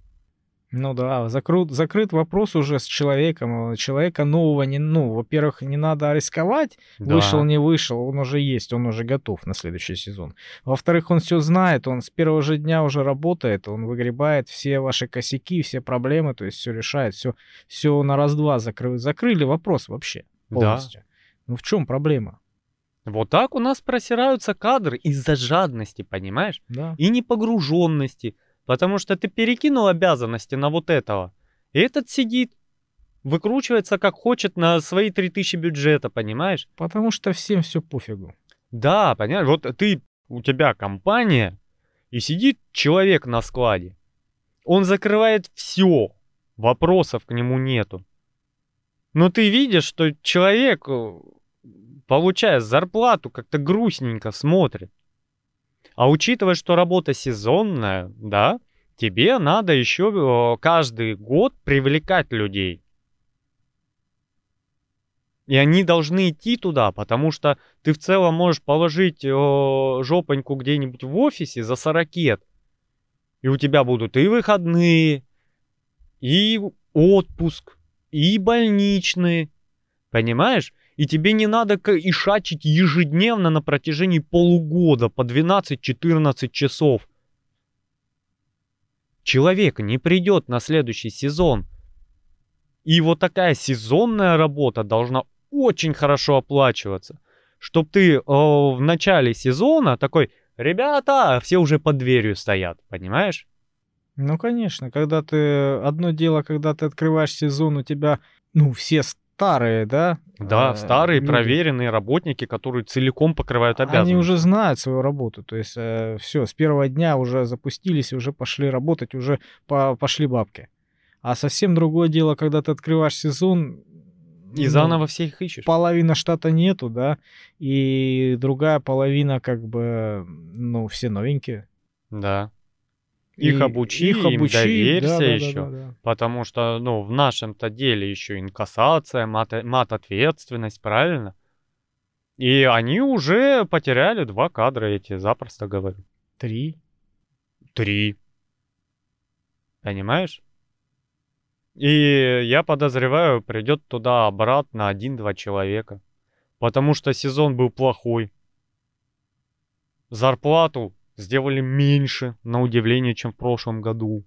S2: Ну да, закрыт, закрыт вопрос уже с человеком. Человека нового, не, ну, во-первых, не надо рисковать.
S1: Да.
S2: Вышел, не вышел, он уже есть, он уже готов на следующий сезон. Во-вторых, он все знает, он с первого же дня уже работает, он выгребает все ваши косяки, все проблемы, то есть все решает, все, все на раз-два закрыли, закрыли вопрос вообще
S1: Да.
S2: полностью. Ну в чем проблема?
S1: Вот так у нас просираются кадры из-за жадности, понимаешь?
S2: Да.
S1: И непогруженности. Потому что ты перекинул обязанности на вот этого. И этот сидит, выкручивается как хочет на свои три тысячи бюджета, понимаешь?
S2: Потому что всем все пофигу.
S1: Да, понимаешь, вот ты, у тебя компания, и сидит человек на складе. Он закрывает все, вопросов к нему нету. Но ты видишь, что человек, э, получая зарплату, как-то грустненько смотрит. А учитывая, что работа сезонная, да, тебе надо еще э, каждый год привлекать людей. И они должны идти туда, потому что ты в целом можешь положить э, жопоньку где-нибудь в офисе за сорокет. И у тебя будут и выходные, и отпуск, и больничные. Понимаешь? И тебе не надо к- ишачить ежедневно на протяжении полугода по двенадцать-четырнадцать часов. Человек не придет на следующий сезон. И вот такая сезонная работа должна очень хорошо оплачиваться. Чтоб ты э, в начале сезона такой, ребята, все уже под дверью стоят, понимаешь?
S2: Ну, конечно, когда ты... Одно дело, когда ты открываешь сезон, у тебя, ну, все старые, да?
S1: Да,
S2: э,
S1: старые
S2: люди,
S1: проверенные работники, которые целиком покрывают обязанности.
S2: Они уже знают свою работу. То есть все, с первого дня уже запустились, уже пошли работать, уже по- пошли бабки. А совсем другое дело, когда ты открываешь сезон...
S1: И
S2: ну,
S1: заново всех ищешь.
S2: половина штата нету, да, и другая половина, как бы, ну, все новенькие.
S1: Да. Их
S2: И
S1: обучи,
S2: их
S1: им
S2: обучи,
S1: доверься
S2: да-да-да-да-да.
S1: еще. Потому что, ну, в нашем-то деле еще инкассация, мат- мат-ответственность, правильно? И они уже потеряли два кадра эти, запросто говорю.
S2: Три.
S1: Три. Понимаешь? И я подозреваю, придет туда-обратно один-два человека. Потому что сезон был плохой. Зарплату сделали меньше, на удивление, чем в прошлом году.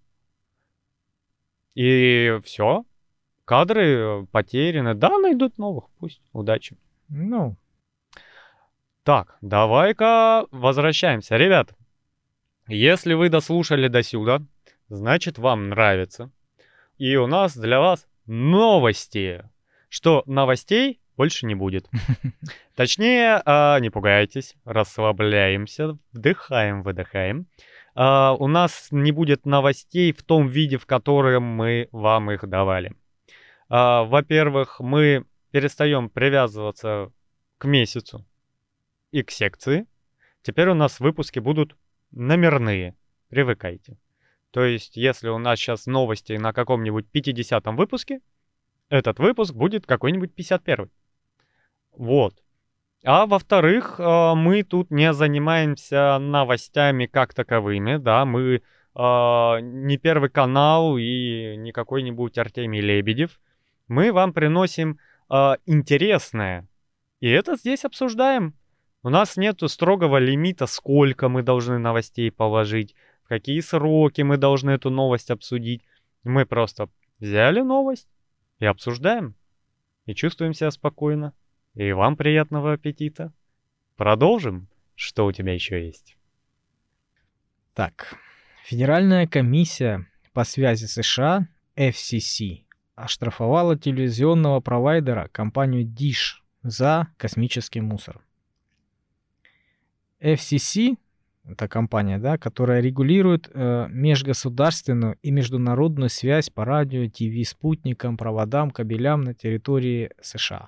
S1: И все. Кадры потеряны. Да, найдут новых. Пусть. Удачи.
S2: Ну,
S1: Так, давай-ка возвращаемся. Ребят, если вы дослушали до сюда, значит вам нравится. И у нас для вас новости. Что новостей больше не будет. Точнее, а, не пугайтесь, расслабляемся, вдыхаем, выдыхаем. А, у нас не будет новостей в том виде, в котором мы вам их давали. А, во-первых, мы перестаем привязываться к месяцу и к секции. Теперь у нас выпуски будут номерные. Привыкайте. То есть, если у нас сейчас новости на каком-нибудь пятидесятом выпуске, этот выпуск будет какой-нибудь пятьдесят первый. Вот. А во-вторых, а, мы тут не занимаемся новостями как таковыми, да, мы а, не Первый канал и не какой-нибудь Артемий Лебедев. Мы вам приносим а, интересное, и это здесь обсуждаем. У нас нету строгого лимита, сколько мы должны новостей положить, в какие сроки мы должны эту новость обсудить. Мы просто взяли новость и обсуждаем, и чувствуем себя спокойно. И вам приятного аппетита. Продолжим. Что у тебя еще есть?
S2: так. Федеральная комиссия по связи США, эф си си, оштрафовала телевизионного провайдера компанию Dish за космический мусор. эф си си — это компания, да, которая регулирует э, межгосударственную и международную связь по радио, ТВ, спутникам, проводам, кабелям на территории США.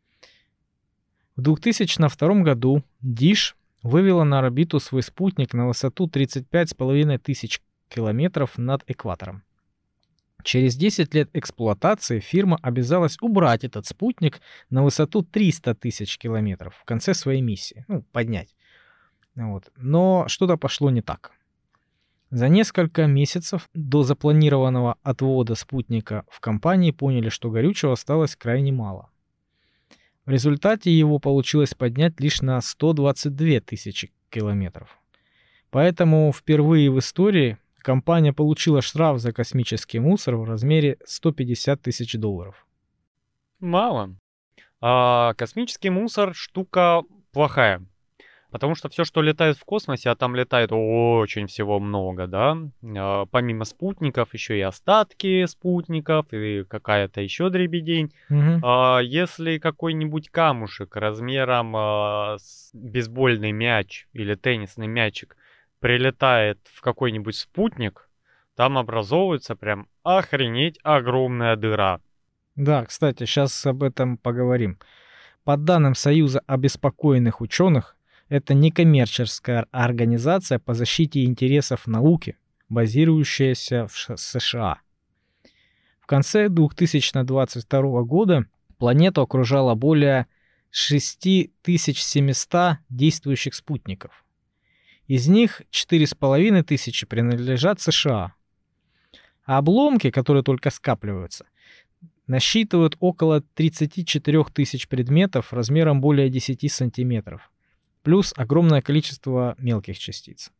S2: В две тысячи втором году Dish вывела на орбиту свой спутник на высоту тридцать пять с половиной тысяч километров над экватором. Через десять лет эксплуатации фирма обязалась убрать этот спутник на высоту триста тысяч километров в конце своей миссии, ну, поднять. Вот. Но что-то пошло не так. За несколько месяцев до запланированного отвода спутника в компании поняли, что горючего осталось крайне мало. В результате его получилось поднять лишь на сто двадцать две тысячи километров. Поэтому впервые в истории компания получила штраф за космический мусор в размере сто пятьдесят тысяч долларов.
S1: Мало. А космический мусор штука плохая. Потому что все, что летает в космосе, а там летает очень всего много, да. А, помимо спутников, еще и остатки спутников, и какая-то еще дребедень.
S2: Угу.
S1: А, если какой-нибудь камушек размером а, с бейсбольный мяч или теннисный мячик прилетает в какой-нибудь спутник, там образовывается прям охренеть огромная дыра.
S2: Да, кстати, сейчас об этом поговорим. По данным Союза обеспокоенных ученых, это некоммерческая организация по защите интересов науки, базирующаяся в США. В конце две тысячи двадцать второго года планету окружало более шесть тысяч семьсот действующих спутников. Из них четыре с половиной тысячи принадлежат США. А обломки, которые только скапливаются, насчитывают около тридцать четыре тысяч предметов размером более десяти сантиметров. Плюс огромное количество мелких частиц.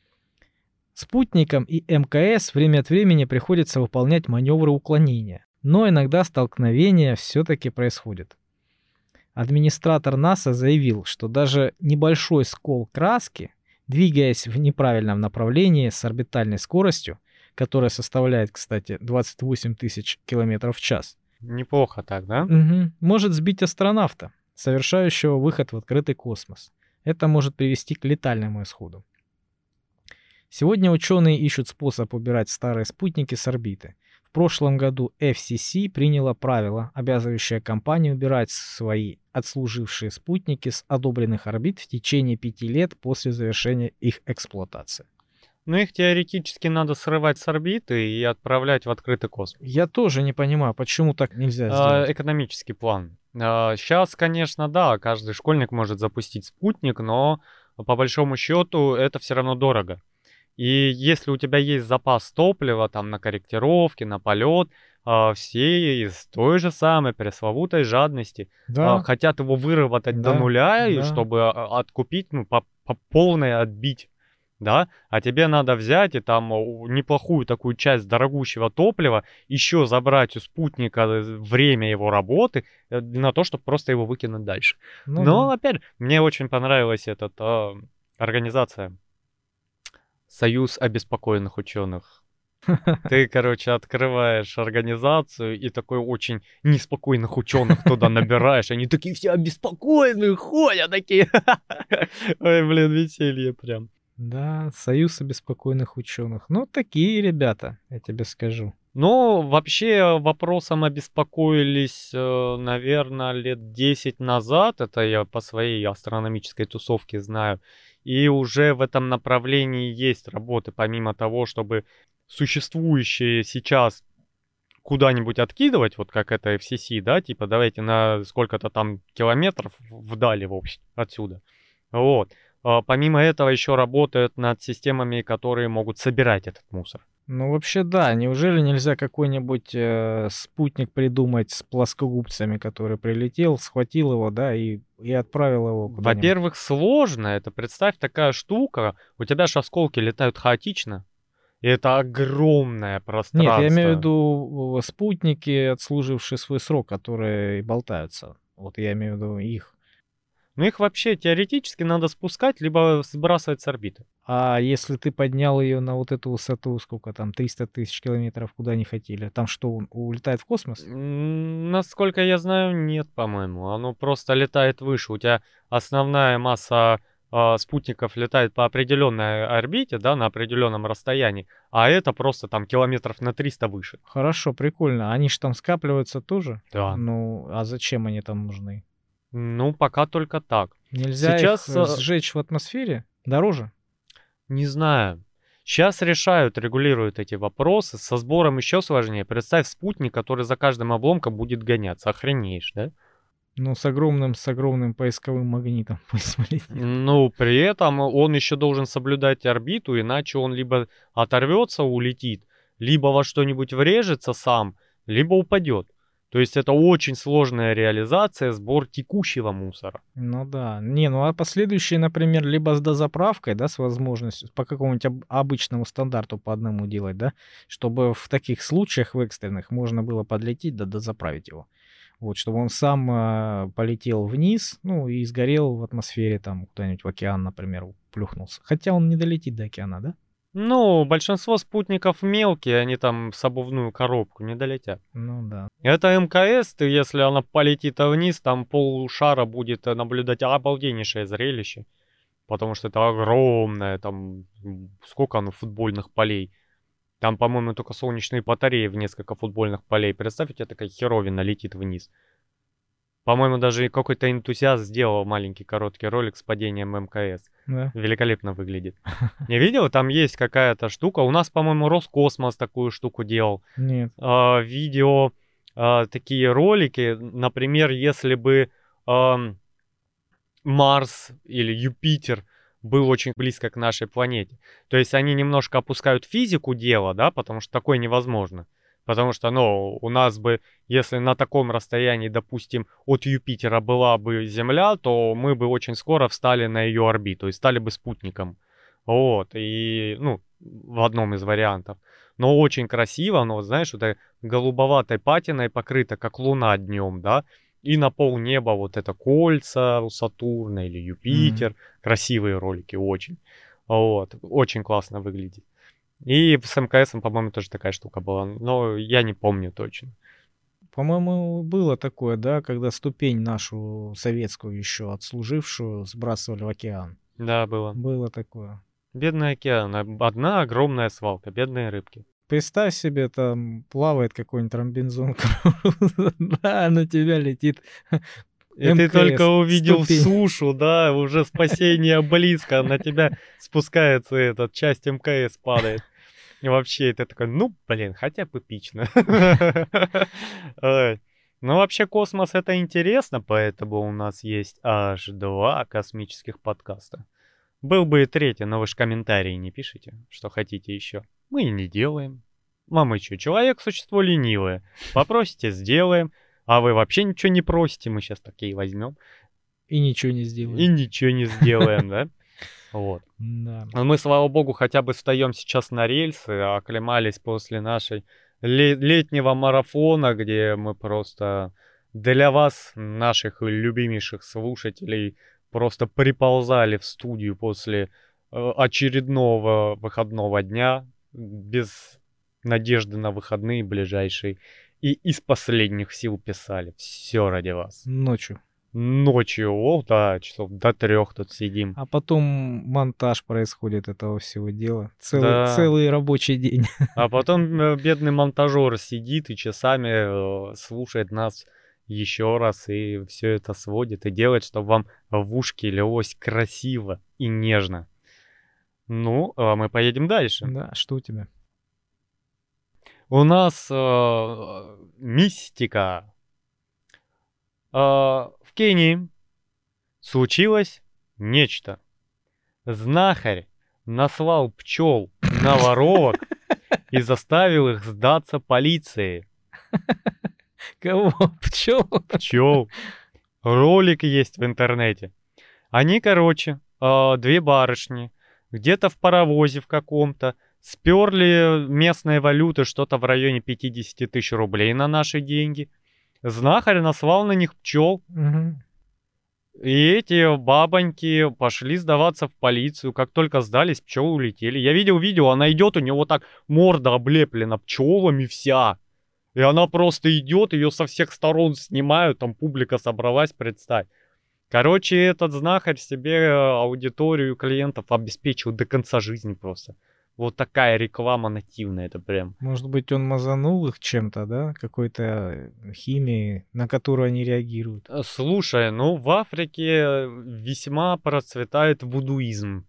S2: Спутникам и эм ка эс время от времени приходится выполнять маневры уклонения, но иногда столкновения все-таки происходят. Администратор НАСА заявил, что даже небольшой скол краски, двигаясь в неправильном направлении с орбитальной скоростью, которая составляет, кстати, двадцать восемь тысяч километров в час,
S1: Неплохо так, да?
S2: угу, может сбить астронавта, совершающего выход в открытый космос. Это может привести к летальному исходу. Сегодня ученые ищут способ убирать старые спутники с орбиты. В прошлом году эф си си приняла правило, обязывающее компанию убирать свои отслужившие спутники с одобренных орбит в течение пяти лет после завершения их эксплуатации.
S1: Ну, их теоретически надо срывать с орбиты и отправлять в открытый космос.
S2: Я тоже не понимаю, почему так нельзя
S1: А,
S2: сделать.
S1: экономический план. Сейчас, конечно, да, каждый школьник может запустить спутник, но по большому счету это все равно дорого. И если у тебя есть запас топлива там на корректировки, на полет, а, все из той же самой пресловутой жадности а,
S2: Да,
S1: хотят его выработать до
S2: да,
S1: нуля, и
S2: да.
S1: чтобы а, откупить, ну, по, по полной отбить, да, а тебе надо взять и там у- неплохую такую часть дорогущего топлива, еще забрать у спутника э, время его работы э, на то, чтобы просто его выкинуть дальше.
S2: Ну
S1: Но,
S2: да.
S1: опять, мне очень понравилась эта организация. Союз обеспокоенных ученых. Ты, короче, открываешь организацию и такой очень неспокойных ученых туда набираешь. Они такие все обеспокоенные ходят, такие. Ой, блин, веселье прям.
S2: Да, союз обеспокоенных ученых. Ну, такие ребята, я тебе скажу.
S1: Ну, вообще вопросом обеспокоились, наверное, лет десять назад. Это я по своей астрономической тусовке знаю. И уже в этом направлении есть работы, помимо того, чтобы существующие сейчас куда-нибудь откидывать, вот как это эф си си, да, типа давайте на сколько-то там километров вдали, в общем, отсюда. Вот. А помимо этого еще работают над системами, которые могут собирать этот мусор.
S2: Ну, вообще, да. Неужели нельзя какой-нибудь э, спутник придумать с плоскогубцами, который прилетел, схватил его, да, и, и отправил его куда-нибудь?
S1: Во-первых, сложно это. Представь, такая штука, у тебя же осколки летают хаотично, и это огромное пространство.
S2: Нет, я имею в виду э, спутники, отслужившие свой срок, которые болтаются. Вот я имею в виду их.
S1: Ну их вообще теоретически надо спускать, либо сбрасывать с орбиты.
S2: А если ты поднял ее на вот эту высоту, сколько там, триста тысяч километров, куда не хотели, там что, он улетает в космос?
S1: М, Насколько я знаю, нет, по-моему. Оно просто летает выше. У тебя основная масса а, спутников летает по определенной орбите, да, на определенном расстоянии, а это просто там километров на триста выше.
S2: Хорошо, прикольно. Они же там скапливаются тоже?
S1: Да.
S2: Ну, а зачем они там нужны?
S1: Ну, пока только так.
S2: Нельзя
S1: Сейчас,
S2: их э,
S1: э,
S2: сжечь в атмосфере? Дороже?
S1: Не знаю. Сейчас решают, регулируют эти вопросы. Со сбором еще сложнее. Представь спутник, который за каждым обломком будет гоняться. Охренеешь, да?
S2: Ну, с огромным, с огромным поисковым магнитом. Пусть полетит.
S1: Ну, при этом он еще должен соблюдать орбиту, иначе он либо оторвется, улетит, либо во что-нибудь врежется сам, либо упадет. То есть это очень сложная реализация, сбор текущего мусора.
S2: Ну да. Не, ну а последующие, например, либо с дозаправкой, да, с возможностью по какому-нибудь об- обычному стандарту по одному делать, да, чтобы в таких случаях, в экстренных, можно было подлететь да дозаправить его. Вот, чтобы он сам э, полетел вниз, ну, и сгорел в атмосфере, там, куда-нибудь в океан, например, плюхнулся. Хотя он не долетит до океана, да?
S1: Ну, большинство спутников мелкие, они там с обувную коробку не долетят.
S2: Ну да.
S1: Это эм ка эс, ты, если она полетит вниз, там полшара будет э, наблюдать обалденнейшее зрелище. Потому что это огромное, там, м, сколько оно футбольных полей. Там, по-моему, только солнечные батареи в несколько футбольных полей. Представь, у тебя такая херовина летит вниз. По-моему, даже какой-то энтузиаст сделал маленький короткий ролик с падением эм ка эс.
S2: Да.
S1: Великолепно выглядит. Не видел? Там есть какая-то штука. У нас, по-моему, Роскосмос такую штуку делал.
S2: Нет.
S1: А, видео, а, такие ролики. Например, если бы ам, Марс или Юпитер был очень близко к нашей планете. То есть они немножко опускают физику дела, да, потому что такое невозможно. Потому что, ну, у нас бы, если на таком расстоянии, допустим, от Юпитера была бы Земля, то мы бы очень скоро встали на ее орбиту и стали бы спутником. Вот, и, ну, в одном из вариантов. Но очень красиво, но, знаешь, вот этой голубоватой патиной покрыто, как Луна днем, да, и на пол неба вот это кольца у Сатурна или Юпитер.
S2: Мгм.
S1: Красивые ролики, очень. Вот, очень классно выглядит. И с эм ка эсом, по-моему, тоже такая штука была, но я не помню точно.
S2: По-моему, было такое, да, когда ступень нашу советскую еще отслужившую сбрасывали в океан.
S1: Да, было.
S2: Было такое.
S1: Бедный океан, об- одна огромная свалка, бедные рыбки.
S2: Представь себе, там плавает какой-нибудь ромбинзон, да, на тебя летит
S1: И ты только
S2: МКС,
S1: увидел
S2: ступень.
S1: сушу, да, уже спасение близко, на тебя спускается этот, часть МКС падает. И вообще, ты такой, ну, блин, хотя бы эпично. Ой. Ну, вообще, космос — это интересно, поэтому у нас есть аж два космических подкаста. Был бы и третий, но вы же комментарии не пишите, что хотите еще. Мы и не делаем. А мы что, человек — существо ленивое. Попросите — сделаем. А вы вообще ничего не просите, мы сейчас такие возьмем.
S2: И ничего не
S1: И
S2: сделаем.
S1: ничего не сделаем, да? Вот.
S2: Да.
S1: Но мы, слава богу, хотя бы встаем сейчас на рельсы, оклемались после нашей ле- летнего марафона, где мы просто для вас, наших любимейших слушателей, просто приползали в студию после э, очередного выходного дня, без надежды на выходные ближайшие, и из последних сил писали. Все ради вас.
S2: Ночью.
S1: Ночью, о, да, часов до трех тут сидим.
S2: А потом монтаж происходит этого всего дела. Целый,
S1: Да.
S2: целый рабочий день.
S1: А потом э, бедный монтажер сидит и часами э, слушает нас еще раз, и все это сводит и делает, чтобы вам в ушки лилось красиво и нежно. Ну, а мы поедем дальше.
S2: Да, что у тебя?
S1: У нас э, мистика. Э, в Кении случилось нечто. Знахарь наслал пчел на воровок и заставил их сдаться полиции.
S2: Кого? Пчел?
S1: Пчел. Ролик есть в интернете. Они, короче, э, две барышни, где-то в паровозе в каком-то, сперли местной валюты что-то в районе пятьдесят тысяч рублей на наши деньги. Знахарь наслал на них пчел.
S2: Мгм.
S1: И эти бабоньки пошли сдаваться в полицию. Как только сдались, пчелы улетели. Я видел видео, она идет, у нее вот так морда облеплена пчелами вся. И она просто идет, ее со всех сторон снимают, там публика собралась, представь. Короче, этот знахарь себе э, аудиторию клиентов обеспечил до конца жизни просто. Вот такая реклама нативная, это прям.
S2: Может быть, он мазанул их чем-то, да? Какой-то э, химией, на которую они реагируют.
S1: Э, Слушай, ну в Африке весьма процветает вудуизм.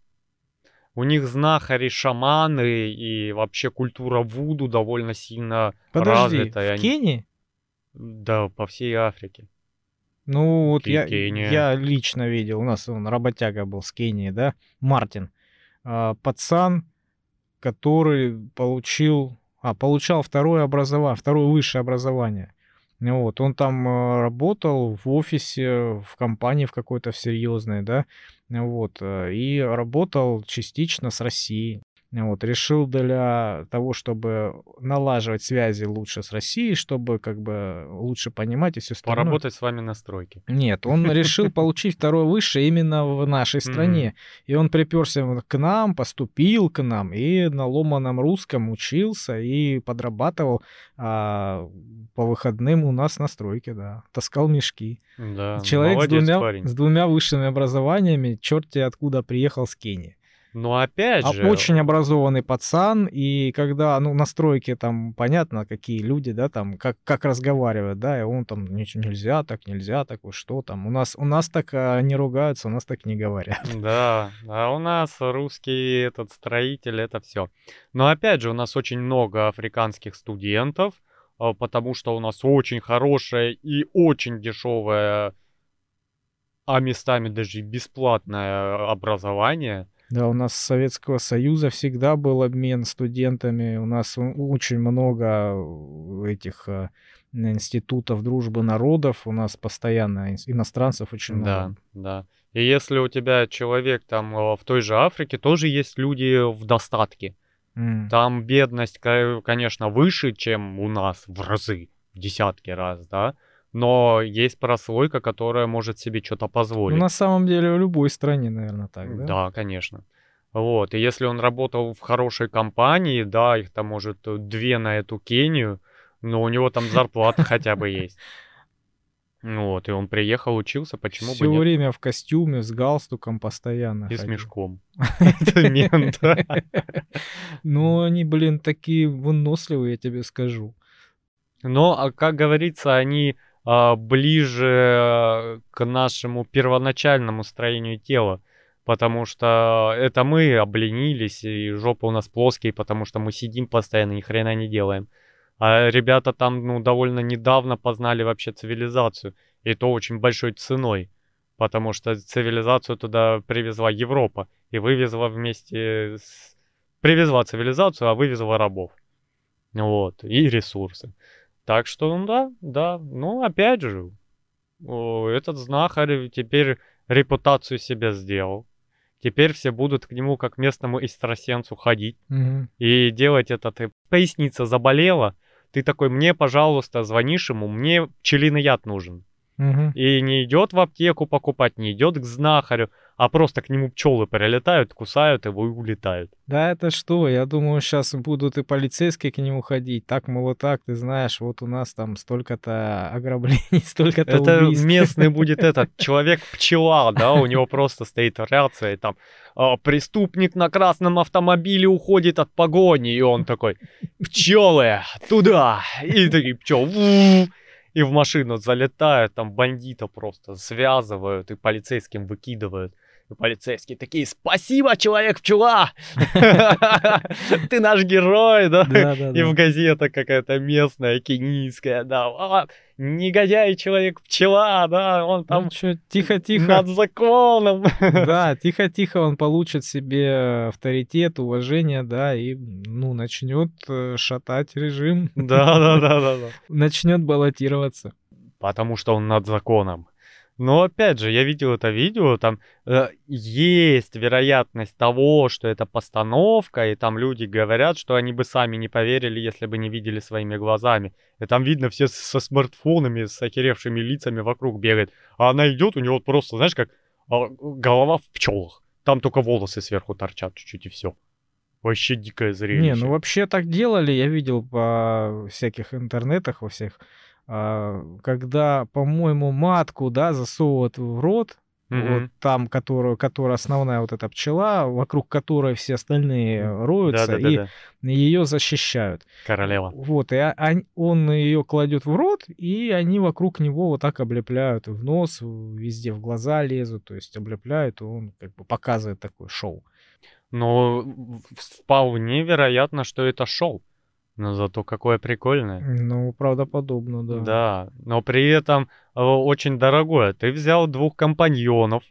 S1: У них знахари, шаманы и вообще культура вуду довольно сильно
S2: Подожди,
S1: развита. и
S2: в
S1: они-
S2: Кении?
S1: Да, по всей Африке.
S2: Ну, вот
S1: Ке-
S2: я,
S1: Кения.
S2: я лично видел, у нас он работяга был с Кении, да, Мартин. А, пацан, который получил, а, получал второе образование, второе высшее образование. Ну Вот, он там э, работал в офисе, в компании в какой-то серьезной, да, вот, э, и работал частично с Россией. Вот, решил для того, чтобы налаживать связи лучше с Россией, чтобы как бы лучше понимать и все остальное.
S1: Поработать с вами на стройке.
S2: Нет, он решил получить второе высшее именно в нашей стране. И он приперся к нам, поступил к нам, и на ломаном русском учился и подрабатывал а, по выходным у нас на стройке, да. Таскал мешки.
S1: Да,
S2: Человек с
S1: молодец,
S2: двумя,
S1: парень.
S2: с двумя высшими образованиями, черти откуда приехал с Кении.
S1: Но опять
S2: А
S1: же,
S2: Очень образованный пацан, и когда, ну, на стройке там понятно, какие люди, да, там, как, как разговаривают, да, и он там, ничего нельзя так, нельзя так, вот что там. У нас, у нас так а, не ругаются, у нас так не говорят.
S1: да, а у нас русский этот строитель, это все. Но опять же, у нас очень много африканских студентов, а, потому что у нас очень хорошее и очень дешевое, а местами даже и бесплатное образование.
S2: Да, у нас с Советского Союза всегда был обмен студентами, у нас у- очень много этих а, институтов дружбы народов, у нас постоянно ин- иностранцев очень
S1: Да,
S2: много.
S1: да. И если у тебя человек там э, в той же Африке, тоже есть люди в достатке.
S2: М.
S1: Там бедность, ка- конечно, выше, чем у нас в разы, в десятки раз, да. Но есть прослойка, которая может себе что-то
S2: Ну,
S1: позволить.
S2: на самом деле, в любой стране, наверное, так, да?
S1: Да, конечно. Вот. И если он работал в хорошей компании, да, их там может э, две на эту Кению, но у него там зарплата хотя бы есть. Вот. И он приехал, учился, почему бы
S2: Все
S1: нет?
S2: время в костюме, с галстуком постоянно
S1: И с
S2: ходил.
S1: мешком. Это мент, да.
S2: Ну, они, блин, такие выносливые, я тебе скажу.
S1: Но, а как говорится, они а, ближе к нашему первоначальному строению тела. Потому что это мы обленились, и жопа у нас плоские, потому что мы сидим постоянно, ни хрена не делаем. А ребята там, ну, довольно недавно познали вообще цивилизацию. И то очень большой ценой. Потому что цивилизацию туда привезла Европа. И вывезла вместе с... Привезла цивилизацию, а вывезла рабов. Вот. И ресурсы. Так что, ну да, да. Ну, опять же, о, этот знахарь теперь репутацию себе сделал. Теперь все будут к нему как к местному экстрасенсу ходить.
S2: Мгм.
S1: И делать это. Ты поясница заболела. Ты такой, мне, пожалуйста, звонишь ему, мне пчелиный яд нужен.
S2: Мгм.
S1: И не идет в аптеку покупать, не идет к знахарю, а просто к нему пчелы прилетают, кусают его и улетают.
S2: Да это что? Я думаю, сейчас будут и полицейские к нему ходить. Так, мол, вот так, ты знаешь, вот у нас там столько-то ограблений, столько-то
S1: Это
S2: убийств.
S1: местный будет этот человек-пчела, да, у него просто стоит рация, и там а, преступник на красном автомобиле уходит от погони, и он такой, пчелы, туда, и такие пчелы, и в машину залетают, там бандита просто связывают и полицейским выкидывают. И полицейские такие, спасибо, человек-пчела! Ты наш герой, да?
S2: Да, да,
S1: И в
S2: да.
S1: газетах какая-то местная, кенийская, да. «А, негодяй, человек-пчела, да, он
S2: Ну
S1: там
S2: чё, тихо-тихо.
S1: над законом.
S2: Да, тихо-тихо он получит себе авторитет, уважение, да, и, ну, начнет э, шатать режим,
S1: Да-да-да-да-да.
S2: начнет баллотироваться.
S1: Потому что он над законом. Но опять же, я видел это видео, там э, есть вероятность того, что это постановка, и там люди говорят, что они бы сами не поверили, если бы не видели своими глазами. И там видно, все с- со смартфонами, с охеревшими лицами вокруг бегают. А она идет, у него просто, знаешь, как а, голова в пчелах. Там только волосы сверху торчат чуть-чуть, и все. Вообще дикое
S2: Не,
S1: зрелище.
S2: ну вообще так делали, я видел по всяких интернетах, во всех, а, когда, по-моему, матку, да, засовывают в рот, вот
S1: Мгм.
S2: там, которую, которая основная вот эта пчела, вокруг которой все остальные
S1: М,
S2: роются, и
S1: Да-да-да-да.
S2: ее защищают.
S1: Королева.
S2: Вот, и а- ань- он ее кладет в рот, и они вокруг него вот так облепляют, и в нос, в- везде в глаза лезут, то есть облепляют, и он как бы показывает такое шоу.
S1: Но в- вполне вероятно, что это шоу. Но зато какое прикольное.
S2: Ну, правдоподобно, да.
S1: Да, но при этом э, очень дорогое. Ты взял двух компаньонов,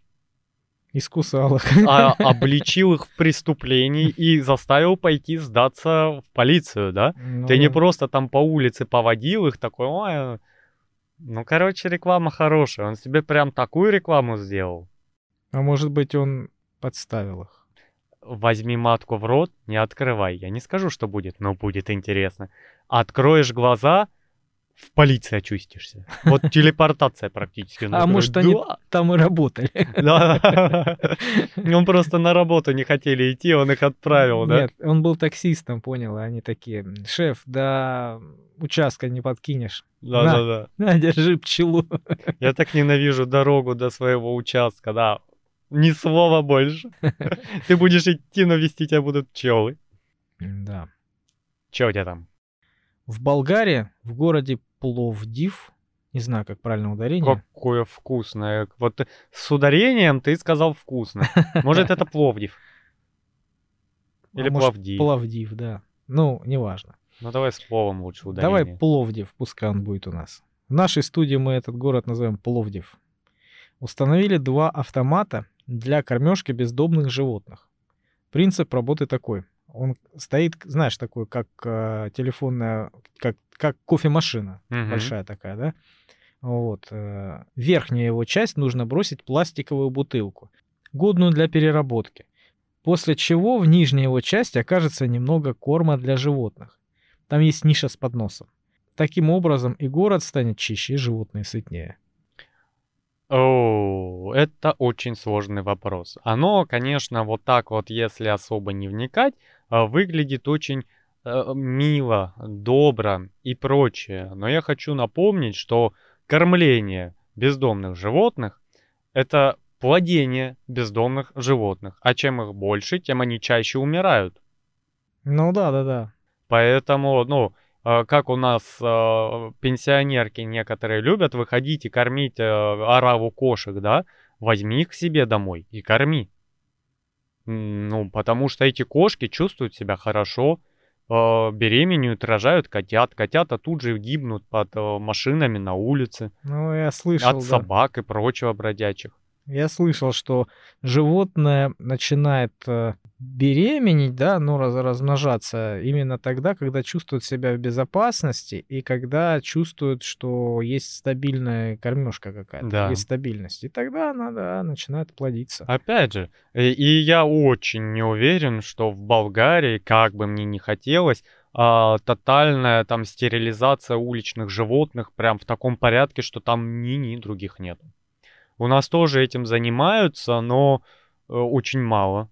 S2: Искусал их.
S1: а, обличил их в преступлении и заставил пойти сдаться в полицию, да?
S2: Ну
S1: Ты не
S2: да.
S1: просто там по улице поводил их, такой, ой, э, ну, короче, реклама хорошая. Он тебе прям такую рекламу сделал.
S2: А может быть, он подставил их.
S1: Возьми матку в рот, не открывай. Я не скажу, что будет, но будет интересно. Откроешь глаза, в полиции очутишься. Вот телепортация практически. Он
S2: А
S1: такой,
S2: может, они
S1: «Да».
S2: там и работали.
S1: Да. Он просто на работу не хотели идти, он их отправил, да?
S2: Нет, он был таксистом, понял, и они такие: шеф, до участка не подкинешь. На,
S1: Да-да-да.
S2: на, держи пчелу.
S1: Я так ненавижу дорогу до своего участка, да. Ни слова больше. Ты будешь идти, но вести тебя будут пчелы.
S2: Да.
S1: Че у тебя там?
S2: В Болгарии, в городе Пловдив, не знаю, как правильно ударение.
S1: Какое вкусное. Вот ты- с ударением ты сказал вкусно. Может, это Пловдив?
S2: А
S1: Или
S2: может,
S1: Пловдив?
S2: Пловдив, да. Ну, неважно.
S1: Ну, давай с Пловом лучше
S2: Давай
S1: ударение.
S2: Пловдив, пускай он будет у нас. В нашей студии мы этот город назовем Пловдив. Установили два автомата для кормежки бездомных животных. Принцип работы такой. Он стоит, знаешь, такой, как э, телефонная, как, как кофемашина.
S1: Мгм.
S2: Большая такая, да? Вот. э, Верхнюю его часть нужно бросить пластиковую бутылку, годную для переработки. После чего в нижней его части окажется немного корма для животных. Там есть ниша с подносом. Таким образом и город станет чище, и животные сытнее.
S1: О, это очень сложный вопрос. Оно, конечно, вот так вот, если особо не вникать, а, выглядит очень э, мило, добро и прочее. Но я хочу напомнить, что кормление бездомных животных — это плодение бездомных животных. А чем их больше, тем они чаще умирают.
S2: Ну да, да, да.
S1: Поэтому, ну, э, как у нас э, пенсионерки некоторые любят выходить и кормить э, ораву кошек, да, возьми их к себе домой и корми. М, Ну, потому что эти кошки чувствуют себя хорошо, э, беременеют, рожают котят. Котята тут же гибнут под э, машинами на улице,
S2: Ну, я
S1: от
S2: слышал, да.
S1: собак и прочего бродячих.
S2: Я слышал, что животное начинает э, беременеть, да, ну, раз- размножаться именно тогда, когда чувствует себя в безопасности и когда чувствует, что есть стабильная кормежка какая-то,
S1: Да.
S2: есть стабильность. И тогда она, да, начинает плодиться.
S1: Опять же, э, и я очень не уверен, что в Болгарии, как бы мне ни хотелось, а, тотальная там стерилизация уличных животных прям в таком порядке, что там ни-ни других нет. У нас тоже этим занимаются, но э, очень мало.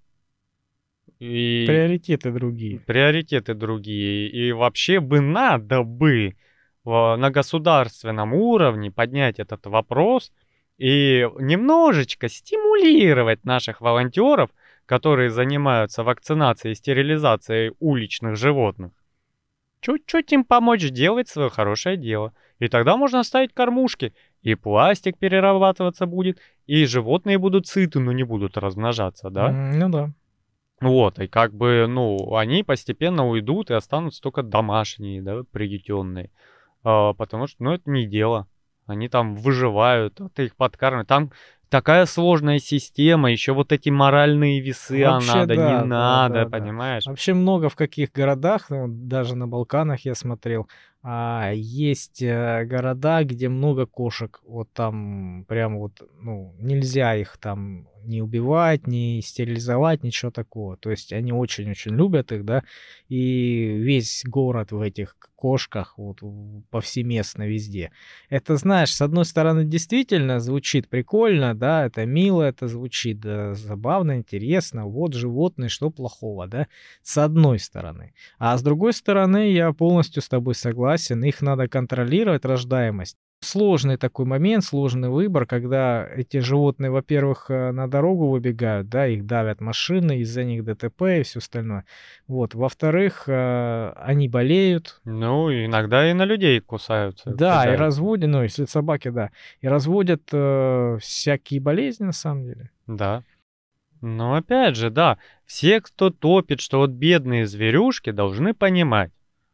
S1: И
S2: Приоритеты другие.
S1: приоритеты другие. И вообще бы надо бы э, на государственном уровне поднять этот вопрос и немножечко стимулировать наших волонтеров, которые занимаются вакцинацией и стерилизацией уличных животных. Чуть-чуть им помочь делать свое хорошее дело. И тогда можно ставить кормушки, и пластик перерабатываться будет, и животные будут сыты, но не будут размножаться, да?
S2: М, Ну да.
S1: Вот, и как бы, ну, они постепенно уйдут и останутся только домашние, да, приютенные. А, потому что, ну, это не дело. Они там выживают, а ты их подкармливаешь. Там такая сложная система, еще вот эти моральные весы, а
S2: Вообще,
S1: надо, не
S2: да, да,
S1: надо,
S2: да, да.
S1: понимаешь?
S2: Вообще много в каких городах, ну, даже на Балканах я смотрел, а, есть э, города, где много кошек. Вот там прям вот, ну, нельзя их там не убивать, не стерилизовать, ничего такого. То есть они очень-очень любят их, да, и весь город в этих кошках вот в- повсеместно везде. Это, знаешь, с одной стороны, действительно звучит прикольно, да, это мило, это звучит да, забавно, интересно. Вот животные, что плохого, да, с одной стороны. А с другой стороны, я полностью с тобой согласен, их надо контролировать, рождаемость. Сложный такой момент, сложный выбор, когда эти животные, во-первых, э, на дорогу выбегают, да, их давят машины, из-за них ДТП и все остальное. Вот. Во-вторых, э, они болеют,
S1: Ну, иногда и на людей кусаются,
S2: да, и
S1: кидаются.
S2: разводят, ну, если собаки, да, и разводят э, всякие болезни на самом деле.
S1: Да. Но опять же, да, все, кто топит, что вот бедные зверюшки, должны понимать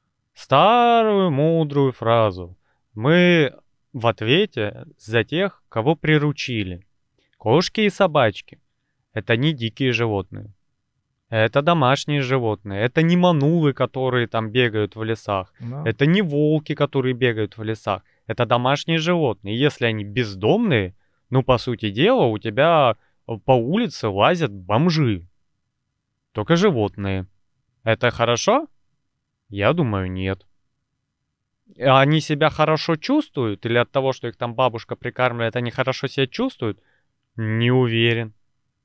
S1: старую мудрую фразу. Мы в ответе за тех, кого приручили. Кошки и собачки — это не дикие животные. Это домашние животные. Это не манулы, которые там бегают в лесах.
S2: Да.
S1: Это не волки, которые бегают в лесах. Это домашние животные. Если они бездомные, ну, по сути дела, у тебя по улице лазят бомжи. Только животные. Это хорошо? Я думаю, нет. А Они себя хорошо чувствуют? Или от того, что их там бабушка прикармливает, они хорошо себя чувствуют? Не уверен.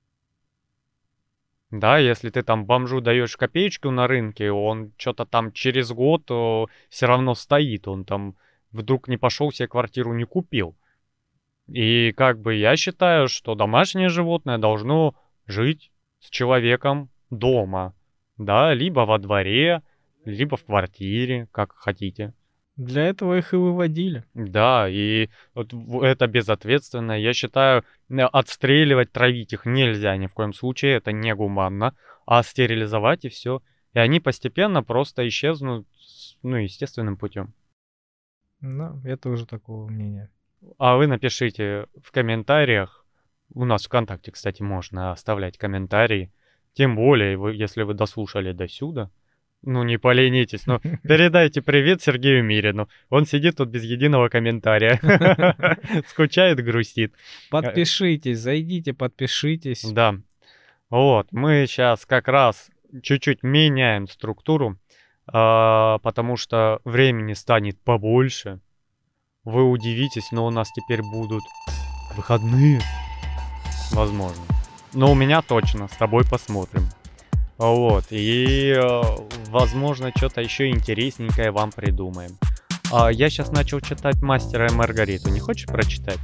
S1: Да, если ты там бомжу даешь копеечку на рынке, он что-то там через год все равно стоит. Он там вдруг не пошел себе квартиру не купил. И как бы я считаю, что домашнее животное должно жить с человеком дома. Да, либо во дворе, либо в квартире, как хотите.
S2: Для этого их и выводили.
S1: Да, и вот в- это безответственно. Я считаю, э, отстреливать, травить их нельзя ни в коем случае, это негуманно. А стерилизовать и все. И они постепенно просто исчезнут, с- ну, естественным путем.
S2: Да, я тоже такого мнения.
S1: А вы напишите в комментариях. У нас ВКонтакте, кстати, можно оставлять комментарии. Тем более, вы, если вы дослушали до сюда. Ну, не поленитесь, но передайте привет Сергею Мирину. Он сидит тут без единого комментария. Скучает, грустит.
S2: Подпишитесь, зайдите, подпишитесь.
S1: Да. Вот, мы сейчас как раз чуть-чуть меняем структуру, а, потому что времени станет побольше. Вы удивитесь, но у нас теперь будут выходные. Возможно. Но у меня точно, с тобой посмотрим. Вот, и, э, возможно, что-то еще интересненькое вам придумаем. А, я сейчас начал читать «Мастера и Маргариту». Не хочешь прочитать?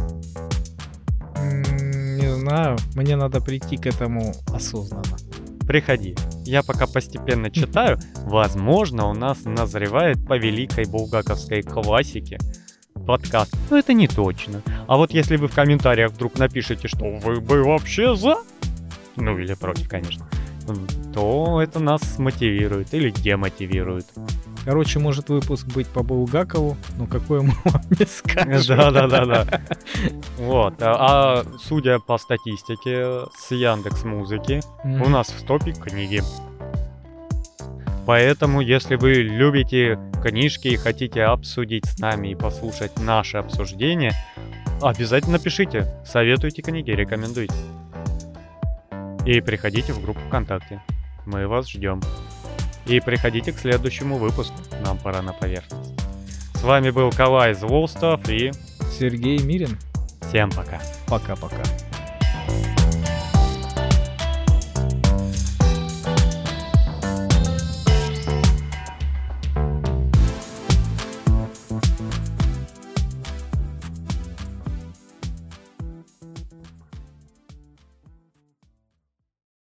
S2: М, Не знаю, мне надо прийти к этому осознанно.
S1: приходи. Я пока постепенно читаю. Возможно, у нас назревает по великой булгаковской классике подкаст. Но это не точно. А вот если вы в комментариях вдруг напишите, что вы бы вообще за, ну или против, конечно, то это нас мотивирует или демотивирует.
S2: Короче, может выпуск быть по Булгакову, но какой мы вам не скажем.
S1: Да-да-да-да. Вот. А, а судя по статистике с Яндекс.Музыки,
S2: Мгм.
S1: у нас в топе книги. Поэтому, если вы любите книжки и хотите обсудить с нами и послушать наше обсуждение, обязательно пишите, советуйте книги, рекомендуйте. И приходите в группу ВКонтакте. Мы вас ждем. И приходите к следующему выпуску. Нам пора на поверхность. С вами был Калай Злостов и
S2: Сергей Мирин.
S1: всем пока.
S2: Пока-пока.